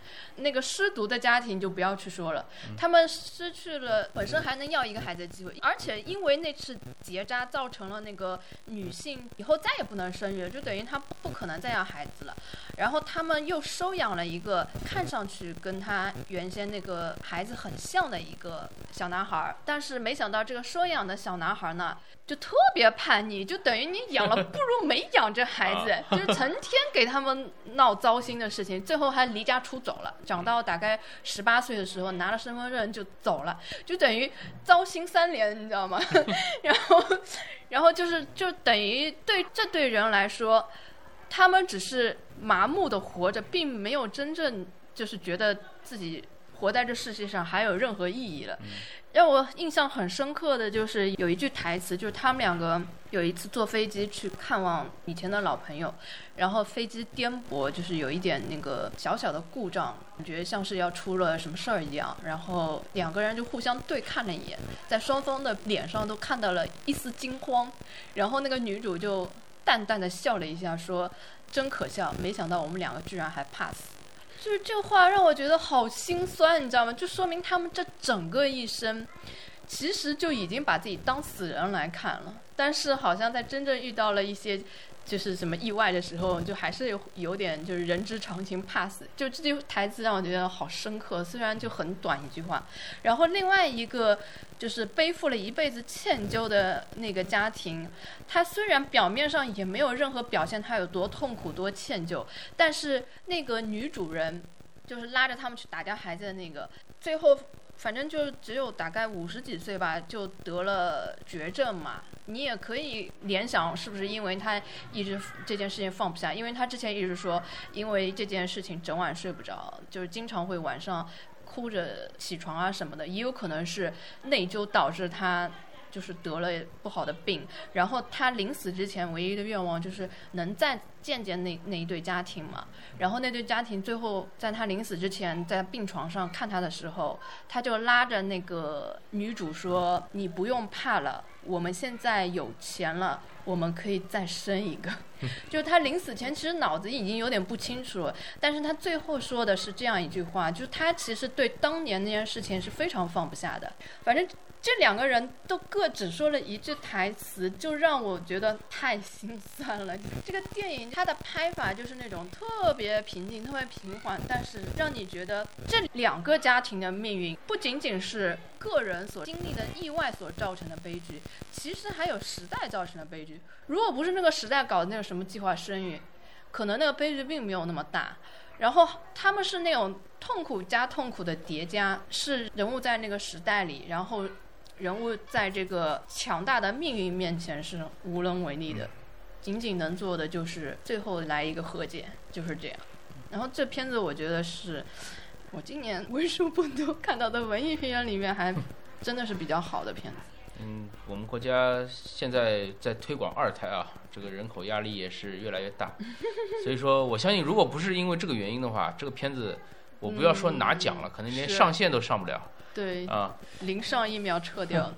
那个失独的家庭就不要去说了，他们失去了本身还能要一个孩子的机会，而且因为那次结扎造成了那个女性以后再也不能生育，就等于她不可能再要孩子了。然后他们又收养了一个看上去跟他原先那个孩子很像的一个小男孩，但是没想到这个收养的小男孩呢就特别叛逆，就等于你养了不如没养这孩子，就是成天给他们闹糟心的事情，最后还离家出走了。长到大概18岁的时候拿了身份证就走了，就等于糟心3连，你知道吗？然后就等于这对人来说，他们只是麻木的活着，并没有真正就是觉得自己活在这世界上还有任何意义了。让我印象很深刻的就是有一句台词，就是他们2个有一次坐飞机去看望以前的老朋友，然后飞机颠簸，就是有一点那个小小的故障，感觉像是要出了什么事儿一样，然后2个人就互相对看了一眼，在双方的脸上都看到了一丝惊慌，然后那个女主就淡淡的笑了一下，说真可笑，没想到我们2个居然还怕死。就是这话让我觉得好心酸，你知道吗？就说明他们这整个一生其实就已经把自己当死人来看了，但是好像在真正遇到了一些就是什么意外的时候，就还是有点就是人之常情，怕死。就这句台词让我觉得好深刻，虽然就很短一句话。然后另外一个就是背负了一辈子歉疚的那个家庭，他虽然表面上也没有任何表现他有多痛苦多歉疚，但是那个女主人就是拉着他们去打掉孩子的那个，最后反正就只有大概50几岁吧，就得了绝症嘛。你也可以联想是不是因为他一直这件事情放不下，因为他之前一直说因为这件事情整晚睡不着，就是经常会晚上哭着起床啊什么的，也有可能是内疚导致他就是得了不好的病，然后他临死之前唯一的愿望就是能再见见那一对家庭嘛。然后那对家庭最后在他临死之前在病床上看他的时候，他就拉着那个女主说，你不用怕了，我们现在有钱了，我们可以再生一个。就是他临死前其实脑子已经有点不清楚了，但是他最后说的是这样一句话，就是他其实对当年那件事情是非常放不下的。反正这2个人都各只说了一句台词，就让我觉得太心酸了。这个电影它的拍法就是那种特别平静特别平缓，但是让你觉得这2个家庭的命运不仅仅是个人所经历的意外所造成的悲剧，其实还有时代造成的悲剧。如果不是那个时代搞的那个什么计划生育，可能那个悲剧并没有那么大。然后他们是那种痛苦加痛苦的叠加，是人物在那个时代里，然后人物在这个强大的命运面前是无能为力的，仅仅能做的就是最后来一个和解，就是这样。然后这片子我觉得是我今年为数不多看到的文艺片里面还真的是比较好的片子。 我们国家现在在推广2胎啊，这个人口压力也是越来越大，所以说我相信如果不是因为这个原因的话，这个片子我不要说拿奖了，可能连上线都上不了。 对啊， 零上1秒撤掉。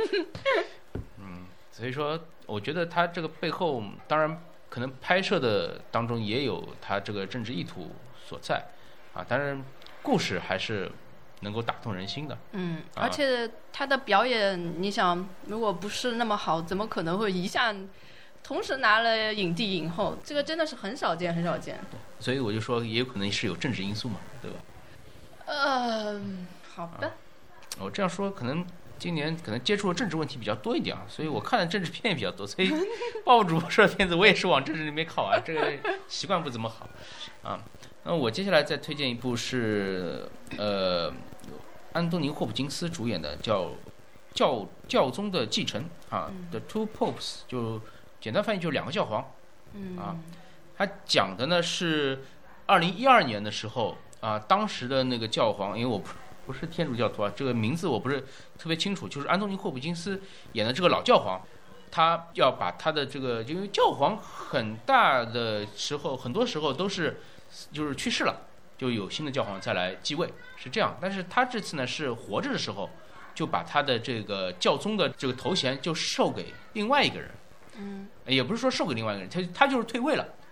所以说我觉得他这个背后当然可能拍摄的当中也有他这个政治意图所在啊，当然故事还是能够打动人心的。 而且他的表演，你想如果不是那么好，怎么可能会一下同时拿了影帝影后？这个真的是很少见很少见。 所以我就说也有可能是有政治因素嘛，对吧？ 好的。 我这样说可能今年可能接触的政治问题比较多一点啊，所以我看的政治片也比较多，所以报主说的片子我也是往政治里面靠啊，这个习惯不怎么好啊。那我接下来再推荐一部是安东尼·霍普金斯主演的叫教宗的继承啊， The Two Popes， 就简单翻译就是2个教皇啊。他讲的呢是2012年的时候啊，当时的那个教皇，因为我不是天主教徒啊，这个名字我不是特别清楚，就是安东尼·霍普金斯演的这个老教皇，他要把他的这个，因为教皇很大的时候，很多时候都是就是去世了，就有新的教皇再来继位，是这样。但是他这次呢是活着的时候，就把他的这个教宗的这个头衔就授给另外一个人。也不是说授给另外一个人，他就是退位了，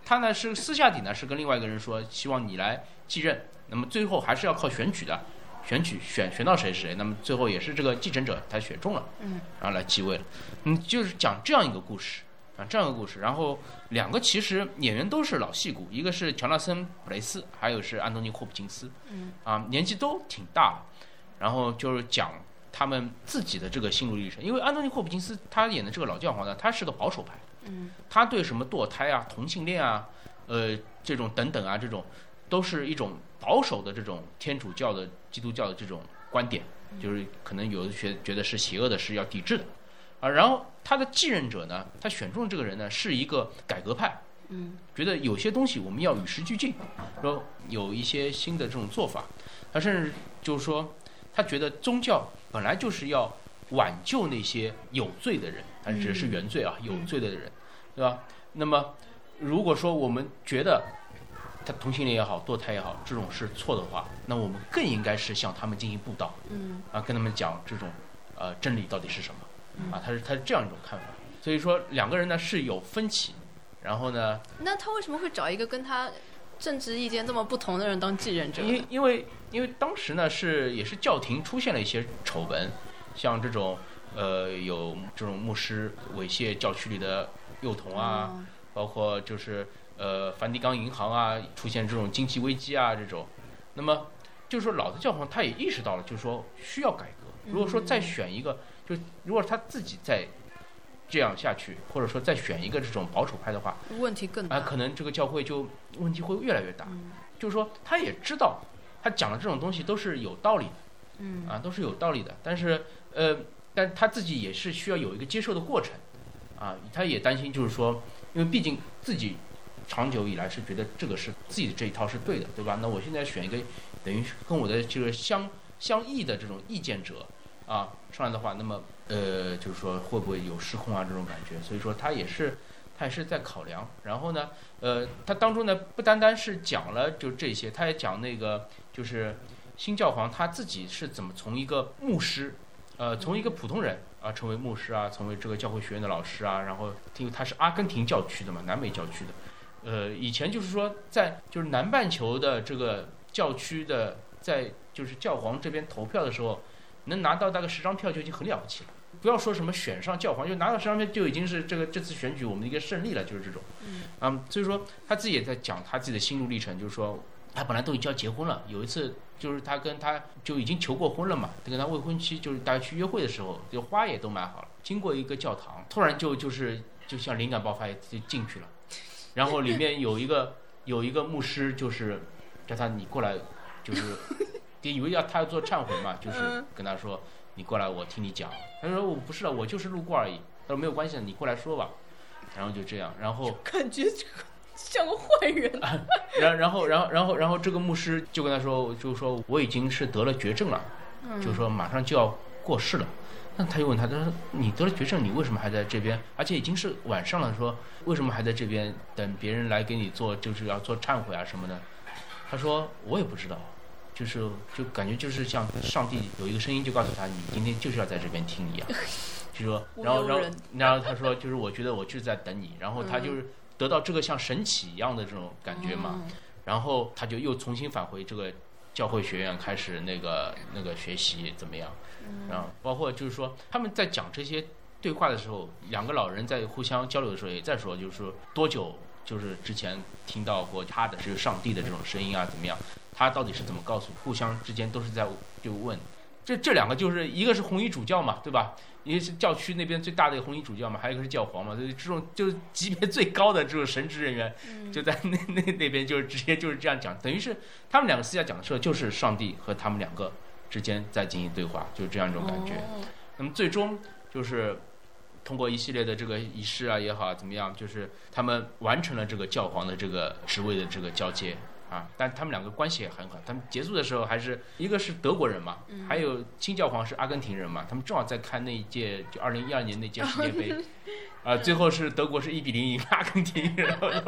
他呢是私下底呢是跟另外一个人说，希望你来继任，那么最后还是要靠选举的，选到谁是谁，那么最后也是这个继承者他选中了，然后来继位了。就是讲这样一个故事。然后两个其实演员都是老戏骨，一个是乔纳森·普雷斯，还有是安东尼·霍普金斯，年纪都挺大了。然后就是讲他们自己的这个心路历程。因为安东尼·霍普金斯他演的这个老教皇呢，他是个保守派，他对什么堕胎啊、同性恋啊、这种等等啊，这种都是一种保守的这种天主教的、基督教的这种观点，就是可能有的觉得是邪恶的，是要抵制的。然后他的继任者呢，他选中的这个人呢是一个改革派，觉得有些东西我们要与时俱进，说有一些新的这种做法。他甚至就是说，他觉得宗教本来就是要挽救那些有罪的人，他指的是原罪啊，有罪的人，对吧？那么如果说我们觉得他同性恋也好，堕胎也好，这种是错的话，那我们更应该是向他们进行布道，跟他们讲这种真理到底是什么。他是这样一种看法。所以说两个人呢是有分歧，然后呢， 那他为什么会找一个跟他政治意见这么不同的人当继任者？ 因为当时呢也是教廷出现了一些丑闻，像这种有这种牧师猥亵教区里的幼童啊，包括就是梵蒂冈银行啊出现这种经济危机啊这种。那么就是说老的教皇他也意识到了，就是说需要改革。如果说再选一个，就如果他自己再这样下去，或者说再选一个这种保守派的话， 问题更大， 可能这个教会就问题会越来越大。就是说他也知道他讲的这种东西都是有道理的，都是有道理的，但是但他自己也是需要有一个接受的过程，他也担心就是说，因为毕竟自己长久以来是觉得这个是自己的这一套是对的，对吧？那我现在选一个等于跟我的这个相异的这种意见者上来的话，那么就是说会不会有失控啊这种感觉？所以说他也是在考量。然后呢，他当中呢不单单是讲了就这些，他也讲那个就是新教皇他自己是怎么从一个牧师，从一个普通人成为牧师啊，成为这个教会学院的老师啊。然后因为他是阿根廷教区的嘛，南美教区的，以前就是说在就是南半球的这个教区的，在就是教皇这边投票的时候，能拿到大概10张票就已经很了不起了。不要说什么选上教皇，就拿到10张票就已经是这次选举我们的一个胜利了，就是这种。所以说他自己也在讲他自己的心路历程，就是说他本来都已经要结婚了，有一次就是他跟他就已经求过婚了嘛，跟他未婚妻就是大家去约会的时候，就花也都买好了，经过一个教堂，突然就像灵感爆发就进去了，然后里面有一个牧师就是叫他你过来，就是以为他要做忏悔嘛，就是跟他说你过来我听你讲。他说我不是了，我就是路过而已。他说没有关系的，你过来说吧。然后就这样，然后感觉像个坏人。 然后这个牧师就跟他说，就是说我已经是得了绝症了，就是说马上就要过世了。那他又问他说你得了绝症，你为什么还在这边？而且已经是晚上了，说为什么还在这边等别人来给你做，就是要做忏悔啊什么的？他说我也不知道。就感觉就是像上帝有一个声音就告诉他，你今天就是要在这边听一样，就说，然后他说就是我觉得我就是在等你，然后他就是得到这个像神启一样的这种感觉嘛，然后他就又重新返回这个教会学院开始那个学习怎么样，然后包括就是说他们在讲这些对话的时候，两个老人在互相交流的时候也在说，就是说多久就是之前听到过他的就是上帝的这种声音啊怎么样。他到底是怎么告诉？互相之间都是在就问，这两个就是一个是红衣主教嘛，对吧？一个是教区那边最大的红衣主教嘛，还有一个是教皇嘛，所以这种就是级别最高的这种神职人员，就在那边就是直接就是这样讲，等于是他们两个私下讲的时候，就是上帝和他们两个之间在进行对话，就是这样一种感觉。那么最终就是通过一系列的这个仪式啊也好怎么样，就是他们完成了这个教皇的这个职位的这个交接。但他们两个关系也很好，他们结束的时候还是一个是德国人嘛，还有新教皇是阿根廷人嘛，他们正好在看那一届就2012年那届世界杯，最后是德国是1-0赢阿根廷，然后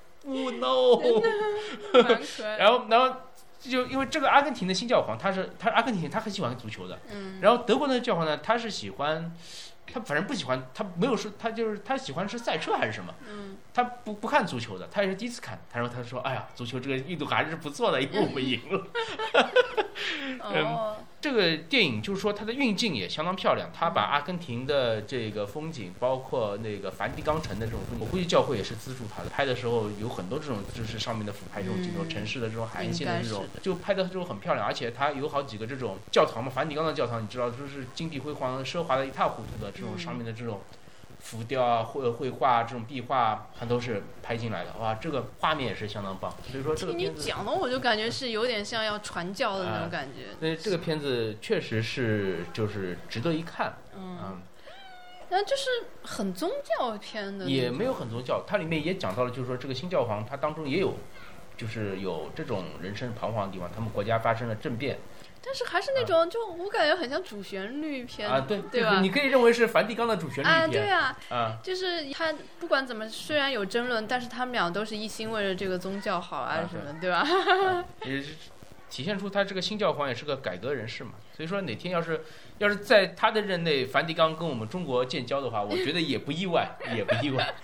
no， 然后就因为这个阿根廷的新教皇他是阿根廷人，他很喜欢足球的，然后德国的教皇呢他是喜欢他反正不喜欢，他没有说他就是他喜欢是赛车还是什么，他不看足球的，他也是第一次看，他说哎呀，足球这个运动还是不错的，因为我们赢了。这个电影就是说它的运镜也相当漂亮，他把阿根廷的这个风景，包括那个梵蒂冈城的这种风景，我估计教会也是资助他的。拍的时候有很多这种就是上面的俯拍这种镜头，城市的这种海岸线的这种，就拍的这种很漂亮。而且它有好几个这种教堂嘛，梵蒂冈的教堂你知道就是金碧辉煌、奢华的一塌糊涂的这种上面的这种浮雕啊、绘画这种壁画，它都是拍进来的。哇，这个画面也是相当棒。所以说这个片子你讲的我就感觉是有点像要传教的那种感觉。 所以这个片子确实是就是值得一看。 但就是很宗教片的， 也没有很宗教，它里面也讲到了，就是说这个新教皇他当中也有，就是有这种人生彷徨的地方，他们国家发生了政变。 但是还是那种，就我感觉很像主旋律片对吧？ 你可以认为是梵蒂冈的主旋律片对啊，就是他不管怎么，虽然有争论，但是他们俩都是一心为了这个宗教好什么，对吧？ 也是体现出他这个新教皇也是个改革人士嘛。所以说哪天要是在他的任内，梵蒂冈跟我们中国建交的话，我觉得也不意外，也不意外。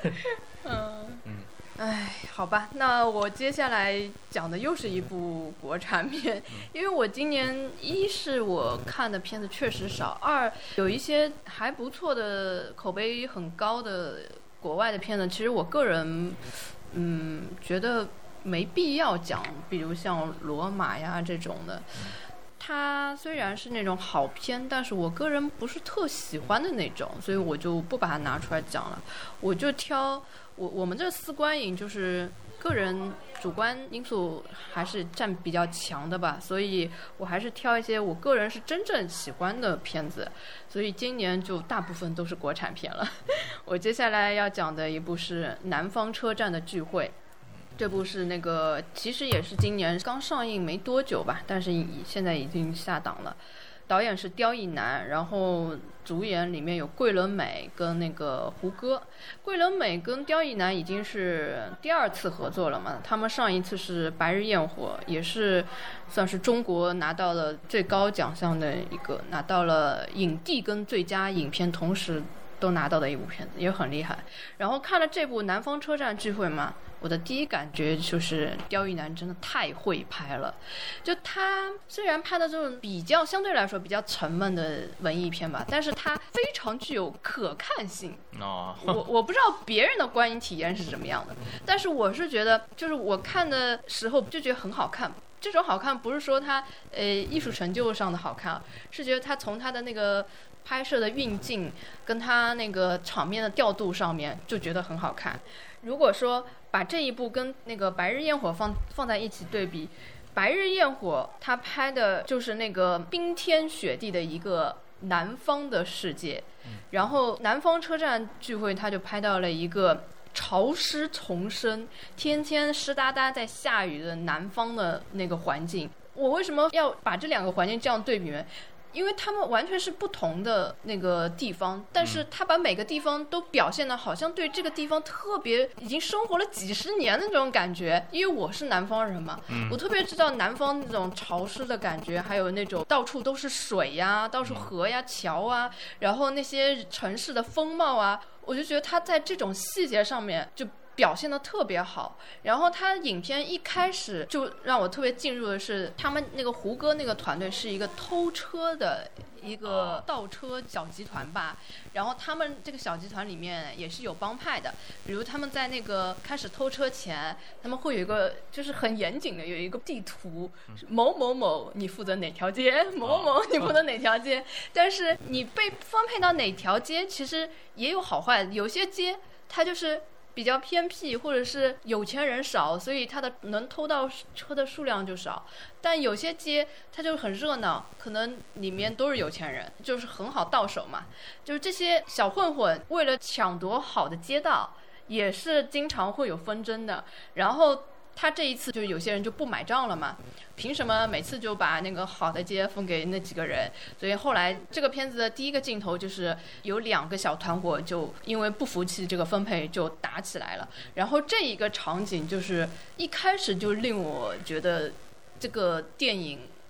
好吧，那我接下来讲的又是一部国产片，因为我今年一是我看的片子确实少，二有一些还不错的口碑很高的国外的片子，其实我个人觉得没必要讲，比如像罗马呀这种的。它虽然是那种好片，但是我个人不是特喜欢的那种，所以我就不把它拿出来讲了。我就挑我们这4观影就是个人主观因素还是占比较强的吧，所以我还是挑一些我个人是真正喜欢的片子，所以今年就大部分都是国产片了。我接下来要讲的一部是《南方车站的聚会》。这部是那个其实也是今年刚上映没多久吧，但是现在已经下档了。导演是刁亦男，然后主演里面有桂纶镁跟那个胡歌。桂纶镁跟刁亦男已经是第2次合作了嘛，他们上一次是《白日焰火》，也是算是中国拿到了最高奖项的一个，拿到了影帝跟最佳影片同时都拿到的一部片子，也很厉害。然后看了这部《南方车站聚会》嘛，我的第一感觉就是刁亦男真的太会拍了。就他虽然拍的这种相对来说比较沉闷的文艺片吧，但是他非常具有可看性。我不知道别人的观影体验是什么样的，但是我是觉得，就是我看的时候就觉得很好看。这种好看不是说他艺术成就上的好看，是觉得他从他的那个拍摄的运镜跟他那个场面的调度上面就觉得很好看。如果说把这一部跟那个《白日焰火》放在一起对比，《白日焰火》他拍的就是那个冰天雪地的一个南方的世界，然后《南方车站聚会》他就拍到了一个潮湿丛生、天天湿哒哒在下雨的南方的那个环境。我为什么要把这2个环境这样对比呢？因为他们完全是不同的那个地方，但是他把每个地方都表现的好像对这个地方特别已经生活了几十年的那种感觉。因为我是南方人嘛，我特别知道南方那种潮湿的感觉，还有那种到处都是水呀、到处河呀、桥啊，然后那些城市的风貌啊，我就觉得他在这种细节上面就表现得特别好。然后他影片一开始就让我特别进入的是他们那个胡歌那个团队是一个偷车的一个盗车小集团吧，然后他们这个小集团里面也是有帮派的，比如他们在那个开始偷车前，他们会有一个就是很严谨的有一个地图，某某某你负责哪条街，某某你负责哪条街，但是你被分配到哪条街其实也有好坏，有些街它就是比较偏僻，或者是有钱人少，所以它的能偷到车的数量就少。但有些街它就很热闹，可能里面都是有钱人，就是很好到手嘛。就是这些小混混为了抢夺好的街道，也是经常会有纷争的。然后他这一次就有些人就不买账了嘛，凭什么每次就把那个好的街分给那几个人？所以后来这个片子的第一个镜头就是有2个小团伙就因为不服气这个分配就打起来了。然后这一个场景就是一开始就令我觉得这个电影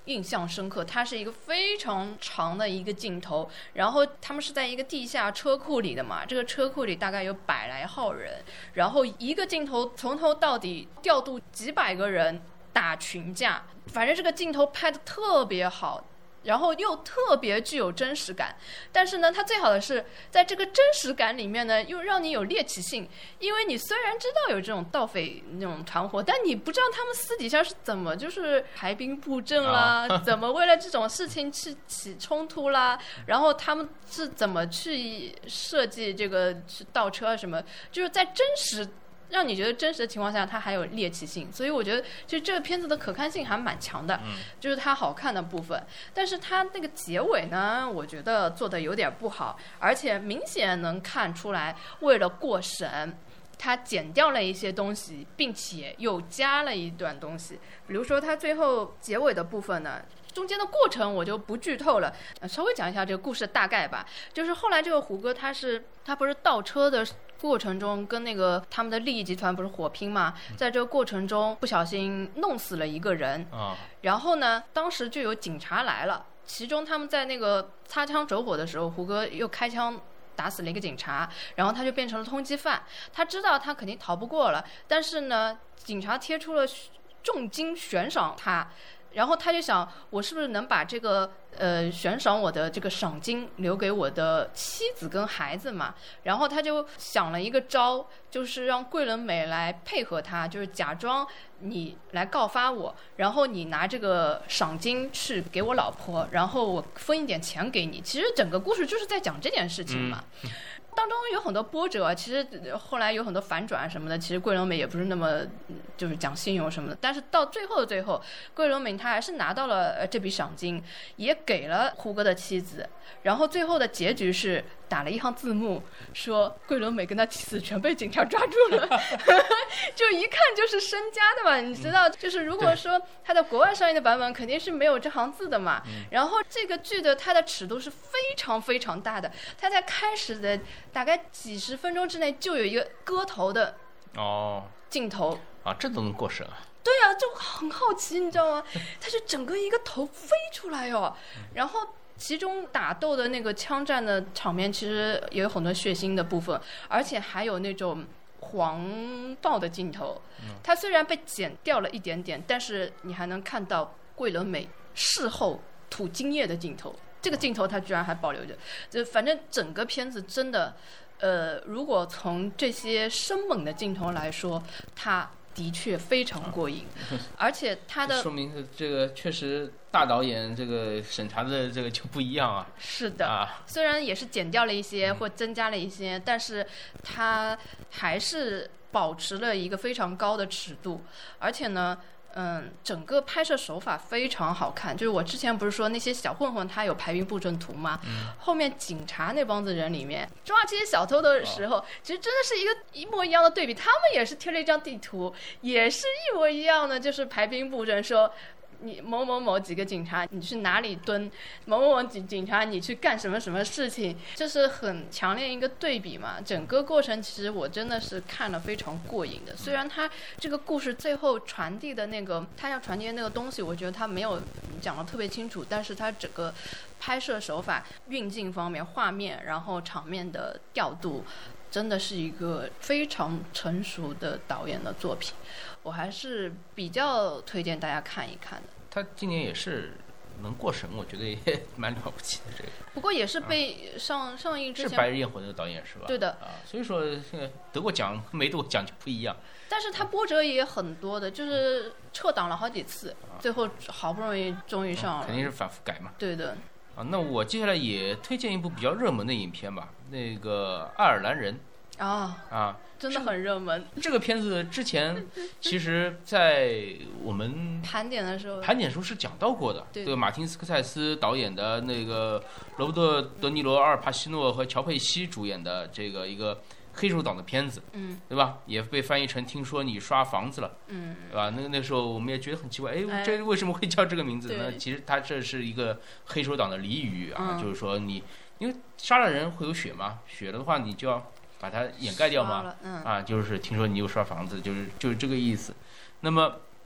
印象深刻，它是一个非常长的一个镜头，然后他们是在一个地下车库里的嘛，这个车库里大概有100来号人，然后一个镜头从头到底调度几百个人打群架，反正这个镜头拍得特别好，然后又特别具有真实感，但是呢，它最好的是在这个真实感里面呢，又让你有猎奇性，因为你虽然知道有这种盗匪那种团伙，但你不知道他们私底下是怎么就是排兵布阵啦，怎么为了这种事情去起冲突啦，然后他们是怎么去设计这个去倒车什么，就是在真实让你觉得真实的情况下，它还有猎奇性，所以我觉得其实这个片子的可看性还蛮强的，就是它好看的部分。但是它那个结尾呢，我觉得做的有点不好，而且明显能看出来，为了过审，它剪掉了一些东西，并且又加了一段东西。比如说它最后结尾的部分呢，中间的过程我就不剧透了，稍微讲一下这个故事大概吧。就是后来这个胡歌他不是倒车的过程中跟那个他们的利益集团不是火拼嘛，在这个过程中不小心弄死了一个人，然后呢，当时就有警察来了，其中他们在那个擦枪走火的时候，胡歌又开枪打死了一个警察，然后他就变成了通缉犯。他知道他肯定逃不过了，但是呢，警察贴出了重金悬赏他，然后他就想，我是不是能把这个悬赏我的这个赏金留给我的妻子跟孩子嘛？然后他就想了一个招，就是让桂纶镁来配合他，就是假装你来告发我，然后你拿这个赏金去给我老婆，然后我分一点钱给你。其实整个故事就是在讲这件事情嘛。当中有很多波折，其实后来有很多反转什么的，其实桂纶镁也不是那么就是讲信用什么的，但是到最后的最后，桂纶镁他还是拿到了这笔赏金，也给了胡歌的妻子，然后最后的结局是打了一行字幕，说桂纶镁跟他妻子全被警察抓住了，就一看就是身家的嘛，你知道，就是如果说他在国外上映的版本肯定是没有这行字的嘛，然后这个剧的它的尺度是非常非常大的，它在开始的大概几十分钟之内就有一个割头的镜头啊，这都能过审啊？ 对啊，就很好奇，你知道吗？它是整个一个头飞出来哦，然后其中打斗的那个枪战的场面其实也有很多血腥的部分，而且还有那种黄暴的镜头，它虽然被剪掉了一点点，但是你还能看到桂纶镁事后吐精液的镜头，这个镜头它居然还保留着。就反正整个片子真的如果从这些生猛的镜头来说，它的确非常过瘾，而且它的说明这个确实大导演这个审查的这个就不一样啊。 是的，虽然也是减掉了一些或增加了一些，但是它还是保持了一个非常高的尺度，而且呢。整个拍摄手法非常好看，就是我之前不是说那些小混混他有排兵布阵图吗？后面警察那帮子人里面抓这些小偷的时候，其实真的是一模一样的对比，他们也是贴了一张地图，也是一模一样的，就是排兵布阵，说你某某某几个警察你去哪里蹲，某某某警察你去干什么什么事情，就是很强烈一个对比嘛。整个过程其实我真的是看了非常过瘾的，虽然他这个故事最后传递的那个他要传递的那个东西我觉得他没有讲得特别清楚，但是他整个拍摄手法运镜方面画面然后场面的调度真的是一个非常成熟的导演的作品，我还是比较推荐大家看一看的。 他今年也是能过审，我觉得也蛮了不起的。这个不过也是被上映之前是《白日焰火》的导演是吧？ 对的啊，所以说这个得过奖和没得过奖就不一样。 但是他波折也很多的，就是撤档了好几次，最后好不容易终于上了。 肯定是反复改嘛。 对的。 啊，那我接下来也推荐一部比较热门的影片吧，那个《爱尔兰人》啊， 真的很热门。 这个片子之前其实在我们盘点的时候是讲到过的， 对这个马丁斯科塞斯导演的那个罗伯特德尼罗、阿尔帕西诺和乔佩西主演的这个一个黑手党的片子，对吧？也被翻译成听说你刷房子了，对吧？那时候我们也觉得很奇怪，这为什么会叫这个名字呢？其实它这是一个黑手党的俚语啊，就是说因为杀了人会有血嘛，血了的话你就要把它掩盖掉嘛，就是听说你又刷房子，就是这个意思。那么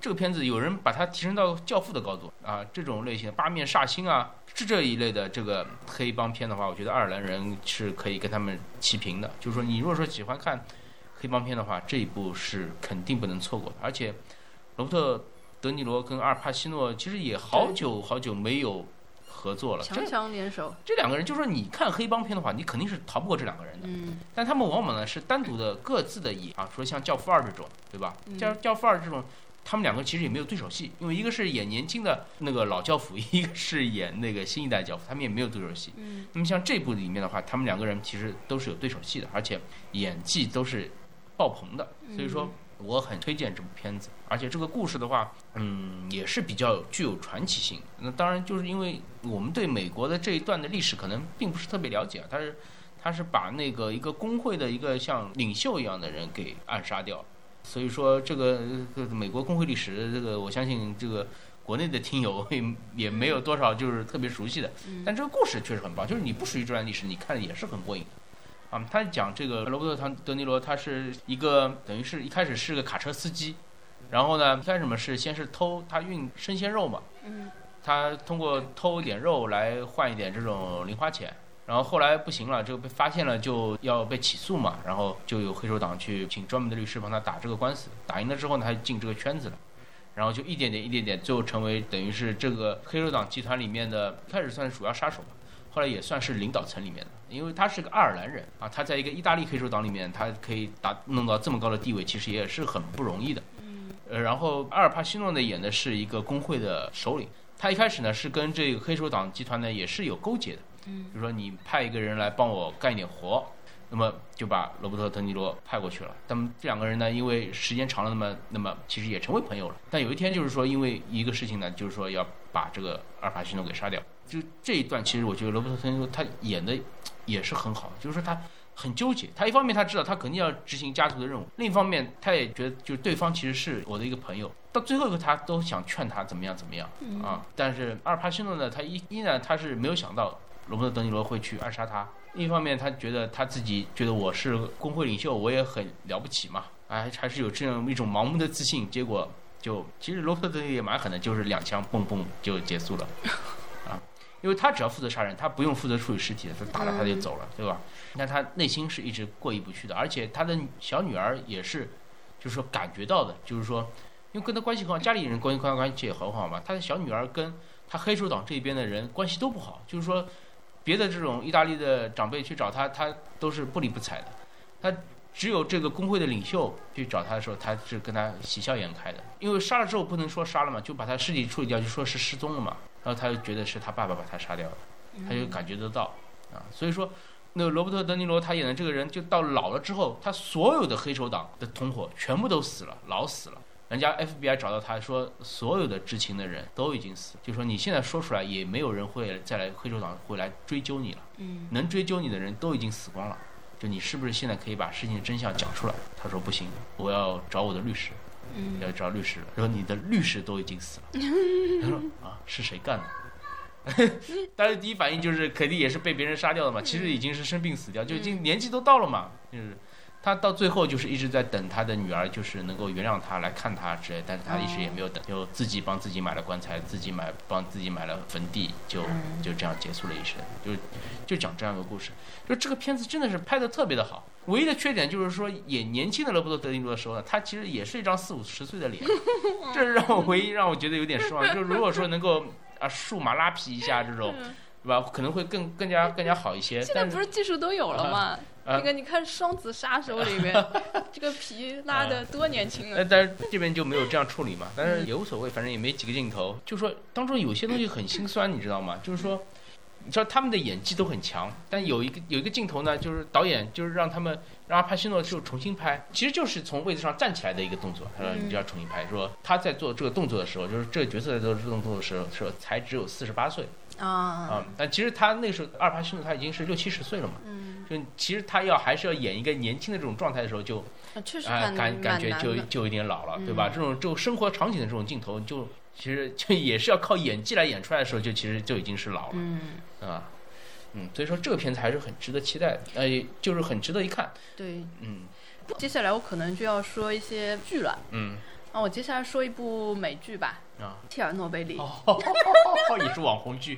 这个片子有人把它提升到教父的高度啊，这种类型的八面煞星啊，这一类的这个黑帮片的话，我觉得爱尔兰人是可以跟他们齐平的。就是说，你如果说喜欢看黑帮片的话，这一部是肯定不能错过的。而且罗伯特·德尼罗跟阿尔帕西诺其实也好久没有合作了， 强强联手。 这两个人，就是说你看黑帮片的话，你肯定是逃不过这两个人的。但他们往往呢是单独的各自的演啊，说像《教父2》这种，对吧？教父2这种。他们两个其实也没有对手戏，因为一个是演年轻的那个老教父，一个是演那个新一代教父，他们也没有对手戏。那么像这部里面的话，他们两个人其实都是有对手戏的，而且演技都是爆棚的，所以说我很推荐这部片子。而且这个故事的话，也是比较具有传奇性。那当然就是因为我们对美国的这一段的历史可能并不是特别了解，他是把那个一个工会的一个像领袖一样的人给暗杀掉。所以说这个美国工会历史，这个我相信这个国内的听友也没有多少就是特别熟悉的，但这个故事确实很棒，就是你不熟悉这段历史，你看也是很过瘾啊。他讲这个罗伯特·德尼罗，他是一个等于是一开始是个卡车司机，然后呢，一开始嘛先是偷，他运生鲜肉嘛，他通过偷一点肉来换一点这种零花钱。然后后来不行了，这个被发现了就要被起诉嘛，然后就有黑手党去请专门的律师帮他打这个官司，打赢了之后呢，他就进这个圈子了，然后就一点点，最后成为等于是这个黑手党集团里面的，开始算是主要杀手吧，后来也算是领导层里面的，因为他是个爱尔兰人啊，他在一个意大利黑手党里面，他可以弄到这么高的地位，其实也是很不容易的。然后阿尔帕西诺呢演的是一个工会的首领，他一开始呢是跟这个黑手党集团呢也是有勾结的。比如说你派一个人来帮我干一点活，那么就把罗伯特·德尼罗派过去了。他们这两个人呢，因为时间长了，那么其实也成为朋友了。但有一天就是说，因为一个事情呢，就是说要把这个阿尔帕西诺给杀掉。就这一段，其实我觉得罗伯特·德尼罗他演的也是很好，就是说他很纠结。他一方面他知道他肯定要执行家族的任务，另一方面他也觉得就是对方其实是我的一个朋友。到最后一个他都想劝他怎么样啊，但是阿尔帕西诺呢，他依然他是没有想到罗伯特·德尼罗会去暗杀他。一方面他觉得他自己觉得我是工会领袖，我也很了不起嘛，还是有这样一种盲目的自信，结果就其实罗伯特·德尼罗也蛮狠的，就是2枪蹦蹦就结束了啊，因为他只要负责杀人，他不用负责处理尸体的，他打了他就走了，对吧？那他内心是一直过意不去的，而且他的小女儿也是就是说感觉到的，就是说因为跟他关系很好，家里人关系也很好嘛，他的小女儿跟他黑手党这边的人关系都不好，就是说别的这种意大利的长辈去找他，他都是不理不睬的。他只有这个工会的领袖去找他的时候，他是跟他喜笑颜开的。因为杀了之后不能说杀了嘛，就把他尸体处理掉，就说是失踪了嘛。然后他就觉得是他爸爸把他杀掉了，他就感觉得到啊。所以说，那个罗伯特·德尼罗他演的这个人，就到老了之后，他所有的黑手党的同伙全部都死了，老死了。人家 FBI 找到他说，所有的知情的人都已经死了，就说你现在说出来也没有人会再来，黑手党会来追究你了，能追究你的人都已经死光了，就你是不是现在可以把事情的真相讲出来？他说不行，我要找我的律师，要找律师了。然后你的律师都已经死了，他说啊，是谁干的？当然第一反应就是肯定也是被别人杀掉的嘛，其实已经是生病死掉，就已经年纪都到了嘛，就是他到最后就是一直在等他的女儿就是能够原谅他来看他之类，但是他一直也没有等，就自己帮自己买了棺材，帮自己买了坟地，就这样结束了一生，就讲这样一个故事。就这个片子真的是拍得特别的好，唯一的缺点就是说演年轻的罗伯特·德尼罗的时候呢，他其实也是一张40-50岁的脸，这是唯一让我觉得有点失望。就如果说能够数码拉皮一下这种，对吧？可能会更加好一些。 现在不是技术都有了吗？这个你看《双子杀手》里面，这个皮拉的多年轻啊！ 但是这边就没有这样处理嘛，但是也无所谓，反正也没几个镜头。就说当中有些东西很心酸，你知道吗？就是说，你知道他们的演技都很强，但有一个镜头呢，就是导演就是让阿帕西诺就重新拍，其实就是从位置上站起来的一个动作。他说你就要重新拍，说他在做这个动作的时候，就是这个角色在做这个动作的时候才只有48岁但其实他那个时候阿尔帕西诺他已经是60-70岁了嘛。就其实他还是要演一个年轻的这种状态的时候就， 确实感觉就有点老了，对吧？这种生活场景的这种镜头，就其实就也是要靠演技来演出来的时候，就其实就已经是老了，所以说这个片子还是很值得期待的，就是很值得一看。 对，接下来我可能就要说一些剧了。 我接下来说一部美剧吧，切尔诺贝利。 也是网红剧。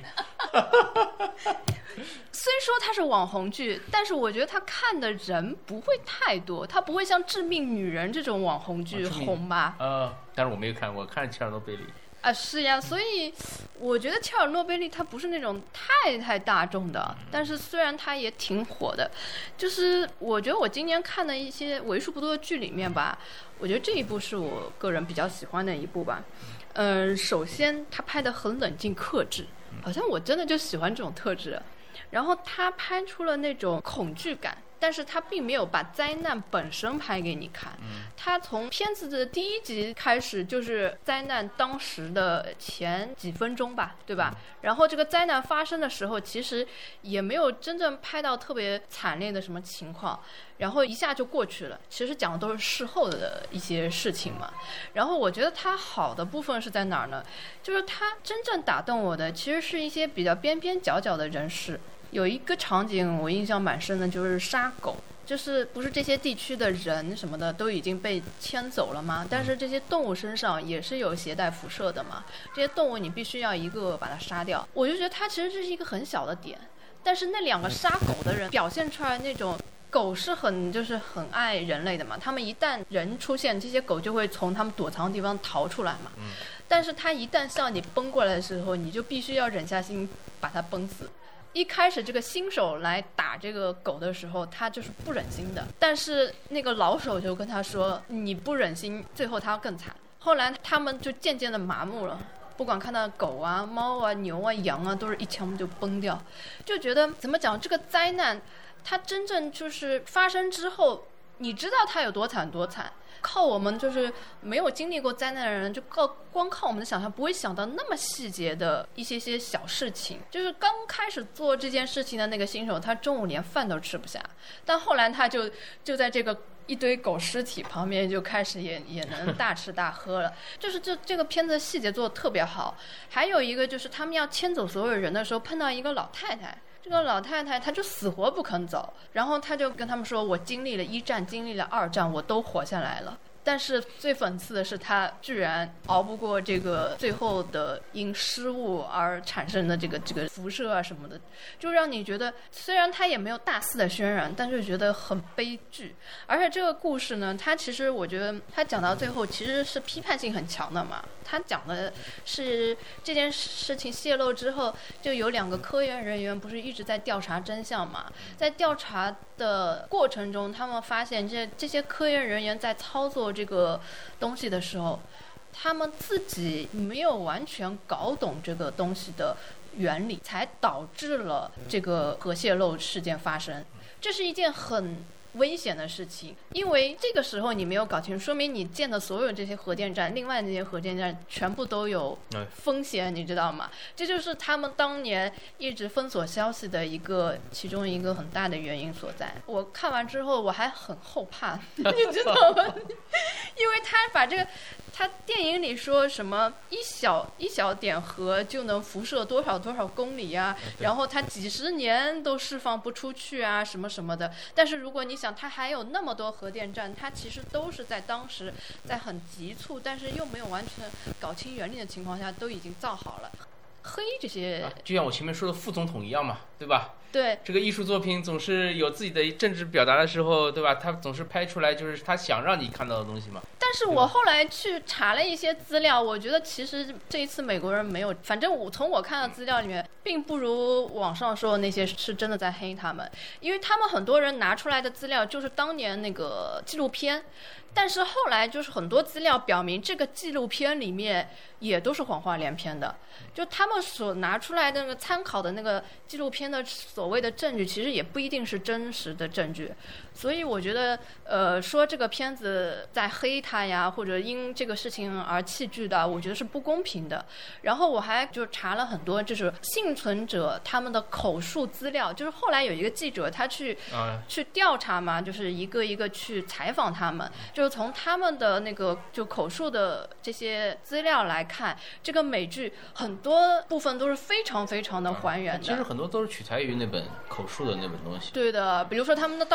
虽说它是网红剧，但是我觉得它看的人不会太多，它不会像《致命女人》这种网红剧红吧？ 但是我没有看过，看切尔诺贝利。 是呀，所以我觉得切尔诺贝利它不是那种太大众的，但是虽然它也挺火的，就是我觉得我今年看的一些为数不多的剧里面吧，我觉得这一部是我个人比较喜欢的一部吧。首先它拍得很冷静克制，好像我真的就喜欢这种特质。然后他拍出了那种恐惧感，但是他并没有把灾难本身拍给你看。他从片子的第一集开始就是灾难当时的前几分钟吧，对吧？然后这个灾难发生的时候，其实也没有真正拍到特别惨烈的什么情况，然后一下就过去了。其实讲的都是事后的一些事情嘛。然后我觉得它好的部分是在哪儿呢？就是它真正打动我的，其实是一些比较边边角角的人事。有一个场景我印象蛮深的，就是杀狗。就是不是这些地区的人什么的都已经被迁走了吗？但是这些动物身上也是有携带辐射的嘛，这些动物你必须要一个把它杀掉。我就觉得它其实这是一个很小的点，但是那两个杀狗的人表现出来那种狗是很爱人类的嘛，他们一旦人出现，这些狗就会从他们躲藏的地方逃出来嘛。但是它一旦向你奔过来的时候，你就必须要忍下心把它崩死。一开始这个新手来打这个狗的时候，他就是不忍心的，但是那个老手就跟他说你不忍心，最后他更惨。后来他们就渐渐的麻木了，不管看到狗啊、猫啊、牛啊、羊啊，都是一枪就崩掉，就觉得怎么讲，这个灾难它真正就是发生之后，你知道它有多惨多惨，靠我们就是没有经历过灾难的人，就光靠我们的想象，不会想到那么细节的一些小事情。就是刚开始做这件事情的那个新手，他中午连饭都吃不下，但后来他就在这个一堆狗尸体旁边就开始也能大吃大喝了。就是这个片子的细节做得特别好。还有一个就是他们要牵走所有人的时候，碰到一个老太太。这个老太太她就死活不肯走，然后她就跟他们说，我经历了1战，经历了2战，我都活下来了。但是最讽刺的是，他居然熬不过这个最后的因失误而产生的这个辐射啊什么的，就让你觉得虽然他也没有大肆的渲染，但是觉得很悲剧。而且这个故事呢，它其实我觉得他讲到最后其实是批判性很强的嘛。他讲的是这件事情泄露之后，就有2个科研人员不是一直在调查真相嘛，在调查的过程中，他们发现这些科研人员在操作这个东西的时候，他们自己没有完全搞懂这个东西的原理，才导致了这个核泄漏事件发生。这是一件很危险的事情，因为这个时候你没有搞清楚，说明你建的所有这些核电站，另外那些核电站全部都有风险，你知道吗？这就是他们当年一直封锁消息的其中一个很大的原因所在。我看完之后我还很后怕，你知道吗？因为他把这个，他电影里说什么一小点核就能辐射多少公里啊，然后它几十年都释放不出去啊，什么什么的。但是如果你想，它还有那么多核电站，它其实都是在当时在很急促，但是又没有完全搞清原理的情况下，都已经造好了。黑这些， 就像我前面说的副总统一样嘛，对吧？ 对， 这个艺术作品总是有自己的政治表达的时候，对吧？他总是拍出来就是他想让你看到的东西嘛。 但是我后来去查了一些资料，我觉得其实这一次美国人没有，反正从我看的资料里面，并不如网上说的那些是真的在黑他们，因为他们很多人拿出来的资料就是当年那个纪录片。但是后来就是很多资料表明，这个纪录片里面也都是谎话连篇的，就他们所拿出来的那个参考的那个纪录片的所谓的证据，其实也不一定是真实的证据。所以我觉得说这个片子在黑他呀，或者因这个事情而弃剧的，我觉得是不公平的。然后我还就查了很多就是幸存者他们的口述资料，就是后来有一个记者他去调查嘛，就是一个一个去采访他们，就是从他们的那个就口述的这些资料来看，这个美剧很多部分都是非常非常的还原的。 其实很多都是取材于那本口述的那本东西。 对的，比如说他们当时签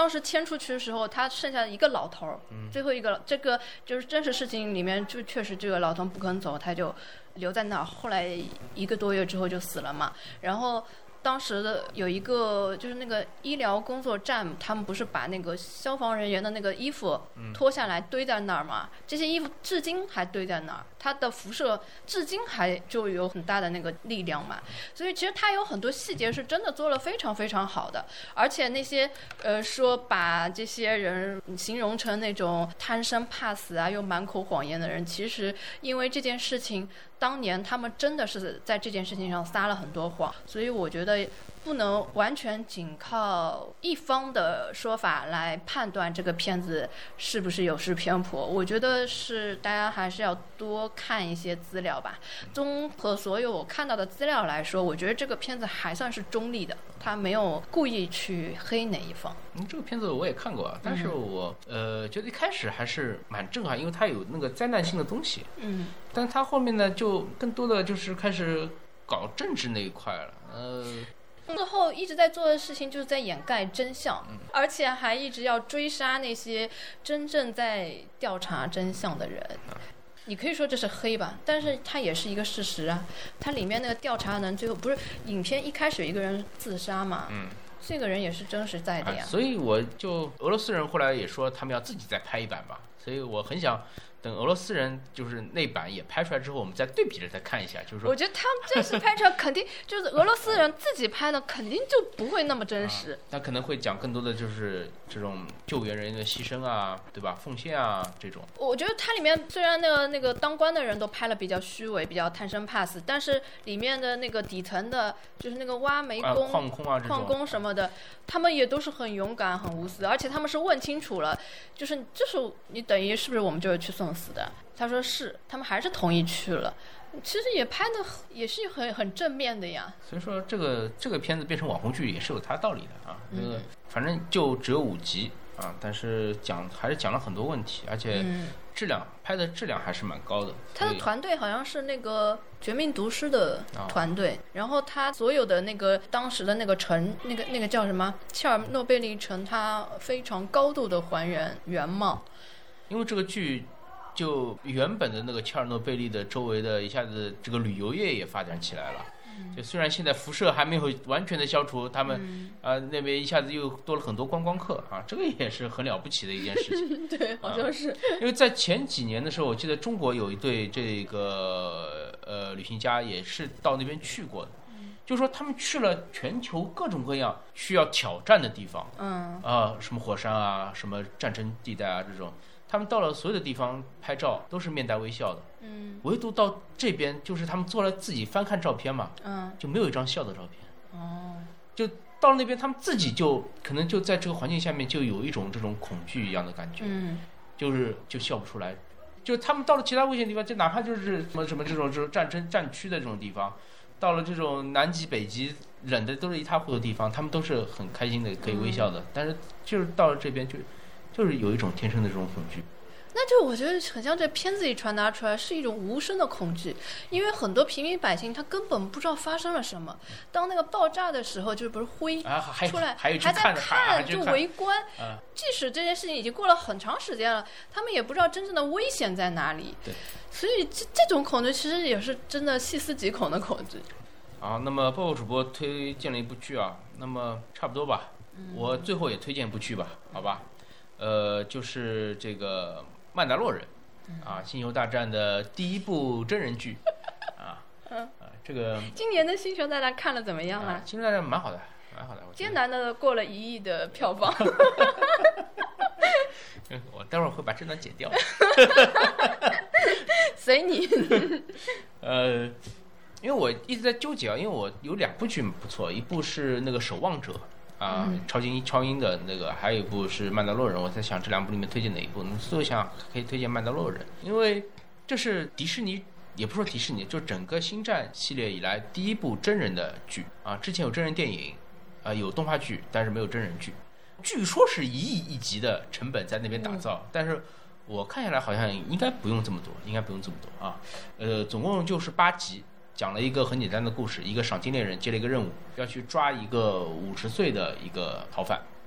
出去的时候，他剩下一个老头儿，最后一个这个就是真实事情里面就确实这个老头不肯走，他就留在那儿，后来1个多月之后就死了嘛。然后当时的有一个就是那个医疗工作站，他们不是把那个消防人员的那个衣服脱下来堆在那儿嘛？这些衣服至今还堆在那儿，它的辐射至今还就有很大的那个力量嘛。所以其实它有很多细节是真的做了非常非常好的，而且那些说把这些人形容成那种贪生怕死啊又满口谎言的人，其实因为这件事情当年他们真的是在这件事情上撒了很多谎，所以我觉得不能完全仅靠一方的说法来判断这个片子是不是有失偏颇。我觉得是大家还是要多看一些资料吧。综合所有我看到的资料来说，我觉得这个片子还算是中立的，他没有故意去黑哪一方。 这个片子我也看过，但是我觉得一开始还是蛮震撼，因为它有那个灾难性的东西。但它后面呢，就更多的就是开始搞政治那一块了。 最后一直在做的事情就是在掩盖真相，而且还一直要追杀那些真正在调查真相的人。你可以说这是黑吧，但是它也是一个事实啊。它里面那个调查人最后不是影片一开始有一个人自杀嘛？这个人也是真实在的呀。 所以我就俄罗斯人后来也说他们要自己再拍一版吧，所以我很想等俄罗斯人就是那版也拍出来之后，我们再对比着再看一下。就是说， 我觉得他们这次拍出来肯定就是俄罗斯人自己拍的，肯定就不会那么真实。 他可能会讲更多的就是这种救援人员的牺牲啊，对吧？奉献啊这种。 我觉得它里面虽然那个当官的人都拍了比较虚伪、比较贪生怕死，但是里面的那个底层的，就是那个挖煤工、 矿工啊这种矿工什么的，他们也都是很勇敢、很无私，而且他们是问清楚了，就是这时候你等于是不是我们就是去送死的？他说是，他们还是同意去了。其实也拍的也是很正面的呀。 所以说这个片子变成网红剧也是有它道理的啊。这个反正就只有5集啊，但是还是讲了很多问题，而且拍的质量还是蛮高的。 他的团队好像是那个《绝命毒师》的团队，然后他所有的那个当时的那个城，那个叫什么切尔诺贝利城，他非常高度的还原原貌。 因为这个剧就原本的那个切尔诺贝利的周围的一下子这个旅游业也发展起来了。就虽然现在辐射还没有完全的消除，他们那边一下子又多了很多观光客啊，这个也是很了不起的一件事情。 对，好像是。 因为在前几年的时候，我记得中国有一对这个旅行家也是到那边去过的。就是说他们去了全球各种各样需要挑战的地方，什么火山啊，什么战争地带啊这种，他们到了所有的地方拍照都是面带微笑的，唯独到这边就是他们做了自己翻看照片嘛，就没有一张笑的照片，就到了那边他们自己就可能就在这个环境下面就有一种这种恐惧一样的感觉，就笑不出来。就他们到了其他危险地方，就哪怕就是什么这种战争战区的这种地方，到了这种南极北极冷的都是一塌糊涂的地方，他们都是很开心的可以微笑的，但是就是到了这边就是有一种天生的这种恐惧。 那就我觉得很像这片子里传达出来是一种无声的恐惧，因为很多平民百姓他根本不知道发生了什么。当那个爆炸的时候，就是不是灰出来，还在看就围观。即使这件事情已经过了很长时间了，他们也不知道真正的危险在哪里。 对， 所以这种恐惧其实也是真的细思极恐的恐惧。 那么爆爆主播推荐了一部剧啊，那么差不多吧，我最后也推荐一部剧吧，好吧，就是这个曼达洛人星球大战的第1部真人剧这个今年的星球大战看了怎么样啊？ 星球大战蛮好的，艰难的过了1亿的票房。 我待会儿会把这段剪掉。 随你。 因为我一直在纠结因为我有2部剧不错，一部是那个《守望者》超英的那个，还有一部是《曼达洛人》，我在想这2部里面推荐哪一部？最后想可以推荐《曼达洛人》，因为这是迪士尼，也不说迪士尼，就整个星战系列以来第1部真人的剧之前有真人电影有动画剧，但是没有真人剧。据说是1亿1集的成本在那边打造，但是我看下来好像应该不用这么多，总共就是8集。讲了一个很简单的故事，一个赏金猎人接了一个任务，要去抓一个50岁的一个逃犯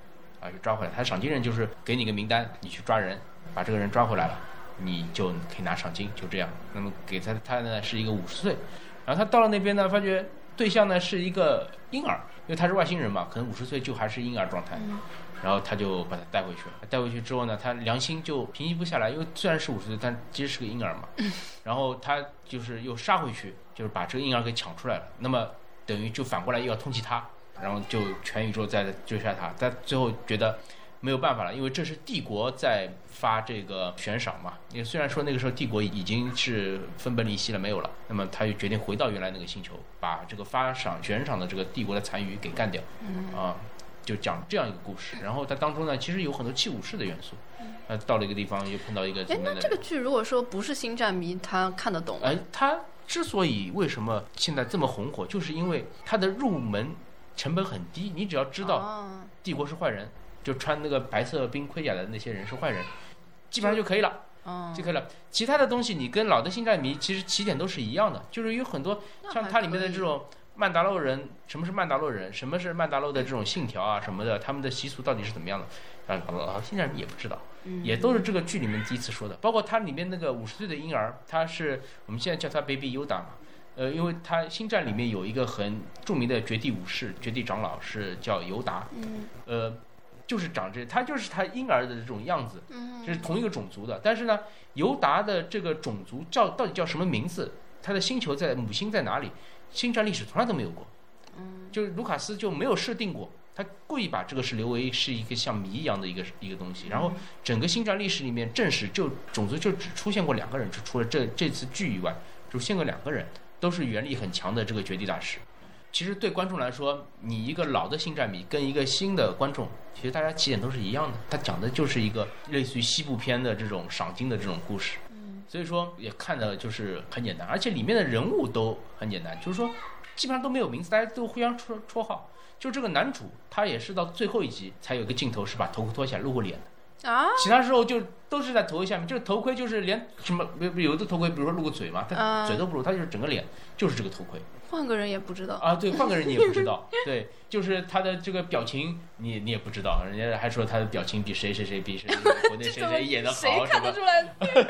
啊，就抓回来。他赏金人就是给你个名单，你去抓人，把这个人抓回来了，你就可以拿赏金，就这样。那么给他呢是一个50岁，然后他到了那边呢，发觉对象呢是一个婴儿，因为他是外星人嘛，可能50岁就还是婴儿状态。然后他就把他带回去了。带回去之后呢，他良心就平息不下来，因为虽然是50岁，但其实是个婴儿嘛。然后他就是又杀回去，就是把这个婴儿给抢出来了。那么等于就反过来又要通缉他，然后就全宇宙在追杀他。但最后觉得没有办法了，因为这是帝国在发这个悬赏嘛。因为虽然说那个时候帝国已经是分崩离析了，没有了，那么他就决定回到原来那个星球，把这个发悬赏的这个帝国的残余给干掉。就讲这样一个故事，然后它当中呢，其实有很多器武士的元素。到了一个地方又碰到一个怎么样的人。 那这个剧如果说不是星战迷，他看得懂吗？ 他之所以为什么现在这么红火，就是因为它的入门成本很低，你只要知道帝国是坏人，就穿那个白色兵盔甲的那些人是坏人，基本上就可以了。就可以了。其他的东西你跟老的星战迷其实起点都是一样的，就是有很多像它里面的这种曼达洛人，什么是曼达洛人，什么是曼达洛的这种信条啊什么的，他们的习俗到底是怎么样的，老星战迷也不知道，也都是这个剧里面第一次说的。包括它里面那个50岁的婴儿，他是我们现在叫他 Baby Yoda 嘛，因为他星战里面有一个很著名的绝地武士，绝地长老是叫尤达，就是长这，他就是他婴儿的这种样子，这是同一个种族的。但是呢，尤达的这个种族到底叫什么名字？他的星球在母星在哪里？星战历史从来都没有过，就是卢卡斯就没有设定过，他故意把这个是留为是一个像谜一样的一个东西。然后整个星战历史里面，正史就种族就只出现过2个人，就除了这次剧以外，只出现过2个人，都是原力很强的这个绝地大师。其实对观众来说，你一个老的星战迷跟一个新的观众，其实大家起点都是一样的。他讲的就是一个类似于西部片的这种赏金的这种故事，所以说也看的就是很简单，而且里面的人物都很简单，就是说基本上都没有名字，大家都互相绰号。就这个男主，他也是到最后一集才有一个镜头是把头盔脱下来露过脸的。其他时候就都是在头盔下面，就是头盔就是连什么有的头盔，比如说露个嘴嘛，他嘴都不露，他就是整个脸就是这个头盔。 换个人也不知道啊，对，换个人你也不知道，对，就是他的这个表情你也不知道，人家还说他的表情比谁比谁国内谁演的好， 谁看得出来？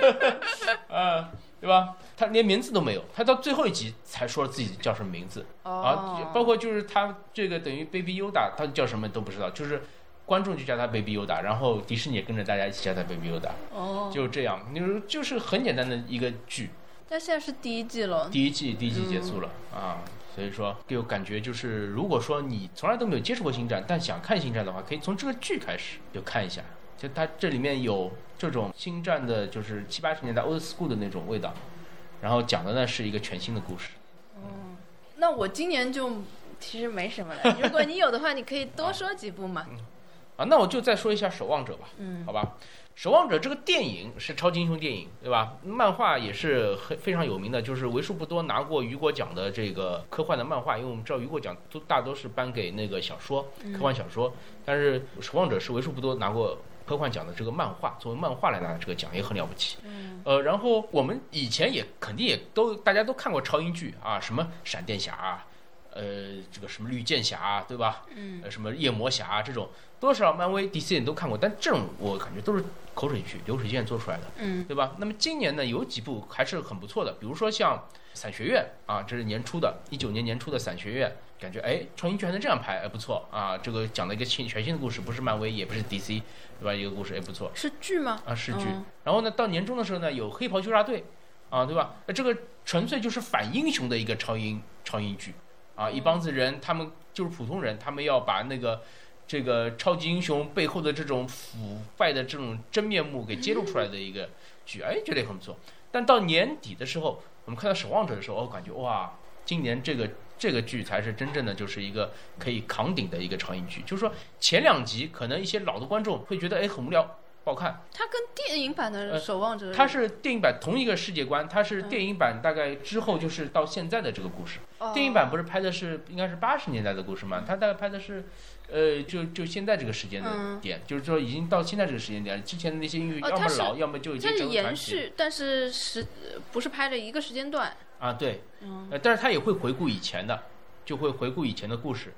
对吧？他连名字都没有，他到最后一集才说自己叫什么名字包括就是他这个等于 Baby Yoda， 他叫什么都不知道，就是观众就叫他 Baby Yoda， 然后迪士尼也跟着大家一起叫他 Baby Yoda，就这样，就是很简单的一个剧。 但现在是第一季了， 第一季结束了所以说给我感觉就是，如果说你从来都没有接触过星战，但想看星战的话，可以从这个剧开始就看一下，就它这里面有这种星战的，就是70、80年代 old school 的那种味道，然后讲的呢是一个全新的故事。 那我今年就其实没什么了，如果你有的话，你可以多说几部嘛。 那我就再说一下《守望者》吧，好吧。《守望者》这个电影是超级英雄电影，对吧？漫画也是非常有名的，就是为数不多拿过雨果奖的这个科幻的漫画，因为我们知道雨果奖大都是颁给那个小说，科幻小说，但是《守望者》是为数不多拿过科幻奖的这个漫画，作为漫画来拿这个奖也很了不起。然后我们以前也肯定也都大家都看过超英剧啊，什么闪电侠这个什么绿箭侠对吧？什么夜魔侠这种，多少漫威 DC 你都看过，但这种我感觉都是口水剧、流水线做出来的，对吧？那么今年呢，有几部还是很不错的，比如说像伞学院这是19年年初的伞学院，感觉超英剧还能这样拍，不错这个讲了一个全新的故事，不是漫威也不是 DC， 对吧？一个故事不错。 是剧吗？ 是剧。然后呢，到年终的时候呢，有黑袍纠察队对吧？这个纯粹就是反英雄的一个超英剧。一帮子人，他们就是普通人，他们要把这个超级英雄背后的这种腐败的这种真面目给揭露出来的一个剧，觉得也很不错。但到年底的时候，我们看到《守望者》的时候，我感觉哇，今年这个剧才是真正的就是一个可以扛顶的一个超英剧。就是说前2集可能一些老的观众会觉得很无聊。不好看， 它跟电影版的《守望者》 它是电影版同一个世界观，它是电影版大概之后就是到现在的这个故事。电影版不是拍的是应该是80年代的故事嘛？它大概拍的是，就现在这个时间的点，就是说已经到现在这个时间点，之前的那些英语要么老，要么就已经成为传奇。 它是延续，但是不是拍了一个时间段对，但是它也会回顾以前的，就会回顾以前的故事。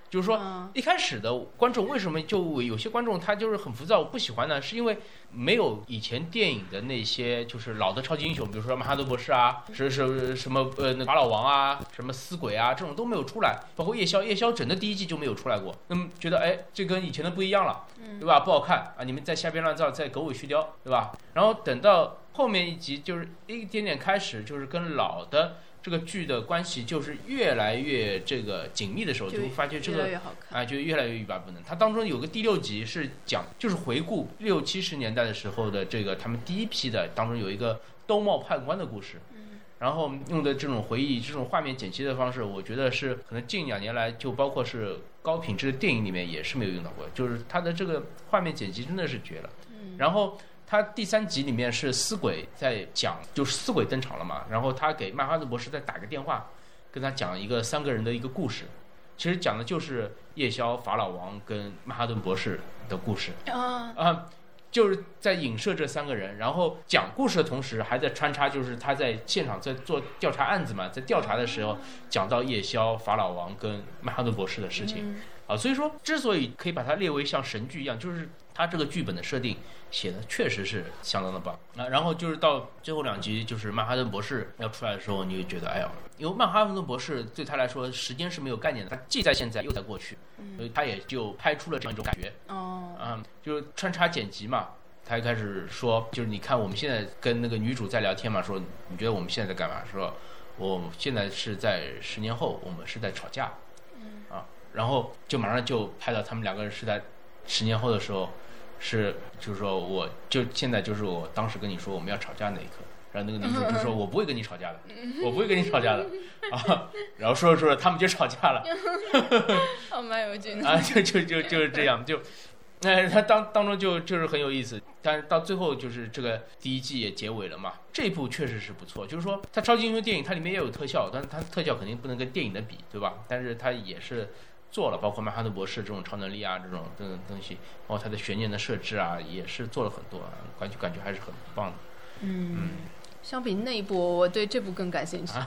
就是说，一开始的观众为什么就有些观众他就是很浮躁，不喜欢呢？是因为没有以前电影的那些就是老的超级英雄，比如说曼哈顿博士啊，是什么那法老王啊，什么死鬼啊，这种都没有出来，包括夜宵整个第一季就没有出来过。那么觉得哎，这跟以前的不一样了，对吧？不好看啊，你们在瞎编乱造，在狗尾续貂，对吧？然后等到后面一集就是一点点开始，就是跟老的这个剧的关系就是越来越这个紧密的时候，就会发觉这个就越来越欲罢不能。它当中有个第6集是讲，就是回顾60、70年代的时候的这个他们第一批的当中有一个兜帽判官的故事，然后用的这种回忆、这种画面剪辑的方式，我觉得是可能近2年来就包括是高品质的电影里面也是没有用到过，就是它的这个画面剪辑真的是绝了。然后他第3集里面是死鬼在讲，就是死鬼登场了嘛，然后他给曼哈顿博士再打个电话，跟他讲一个3个人的一个故事，其实讲的就是夜宵、法老王跟曼哈顿博士的故事就是在影射这3个人，然后讲故事的同时还在穿插，就是他在现场在做调查案子嘛，在调查的时候讲到夜宵、法老王跟曼哈顿博士的事情所以说之所以可以把它列为像神剧一样，就是他这个剧本的设定写的确实是相当的棒然后就是到最后2集，就是曼哈顿博士要出来的时候，你就觉得哎呀，因为曼哈顿博士对他来说时间是没有概念的，他既在现在又在过去，所以他也就拍出了这样一种感觉就是穿插剪辑嘛。他一开始说，就是你看我们现在跟那个女主在聊天嘛，说你觉得我们现在在干嘛？说我现在是在10年后，我们是在吵架然后就马上就拍到他们2个人是在10年后的时候，就是说我就现在就是我当时跟你说我们要吵架那一刻，然后那个女主就说我不会跟你吵架的，我不会跟你吵架的然后说着他们就吵架了蛮有劲的就是这样他当中就是很有意思，但是到最后就是这个第1季也结尾了嘛，这一部确实是不错，就是说它超级英雄电影它里面也有特效，但是它特效肯定不能跟电影的比，对吧？但是它也是做了，包括曼哈顿博士这种超能力啊，这种东西，包括它的悬念的设置啊，也是做了很多感觉还是很棒的。 相比那一部，我对这部更感兴趣。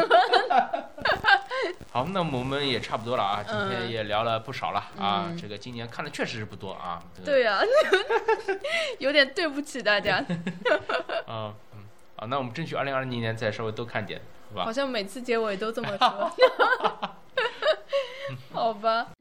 好，那我们也差不多了啊，今天也聊了不少了这个今年看的确实是不多啊。 对呀有点对不起大家。 那我们争取2020年再稍微多看点，好吧？ 好像每次结尾都这么说。好吧。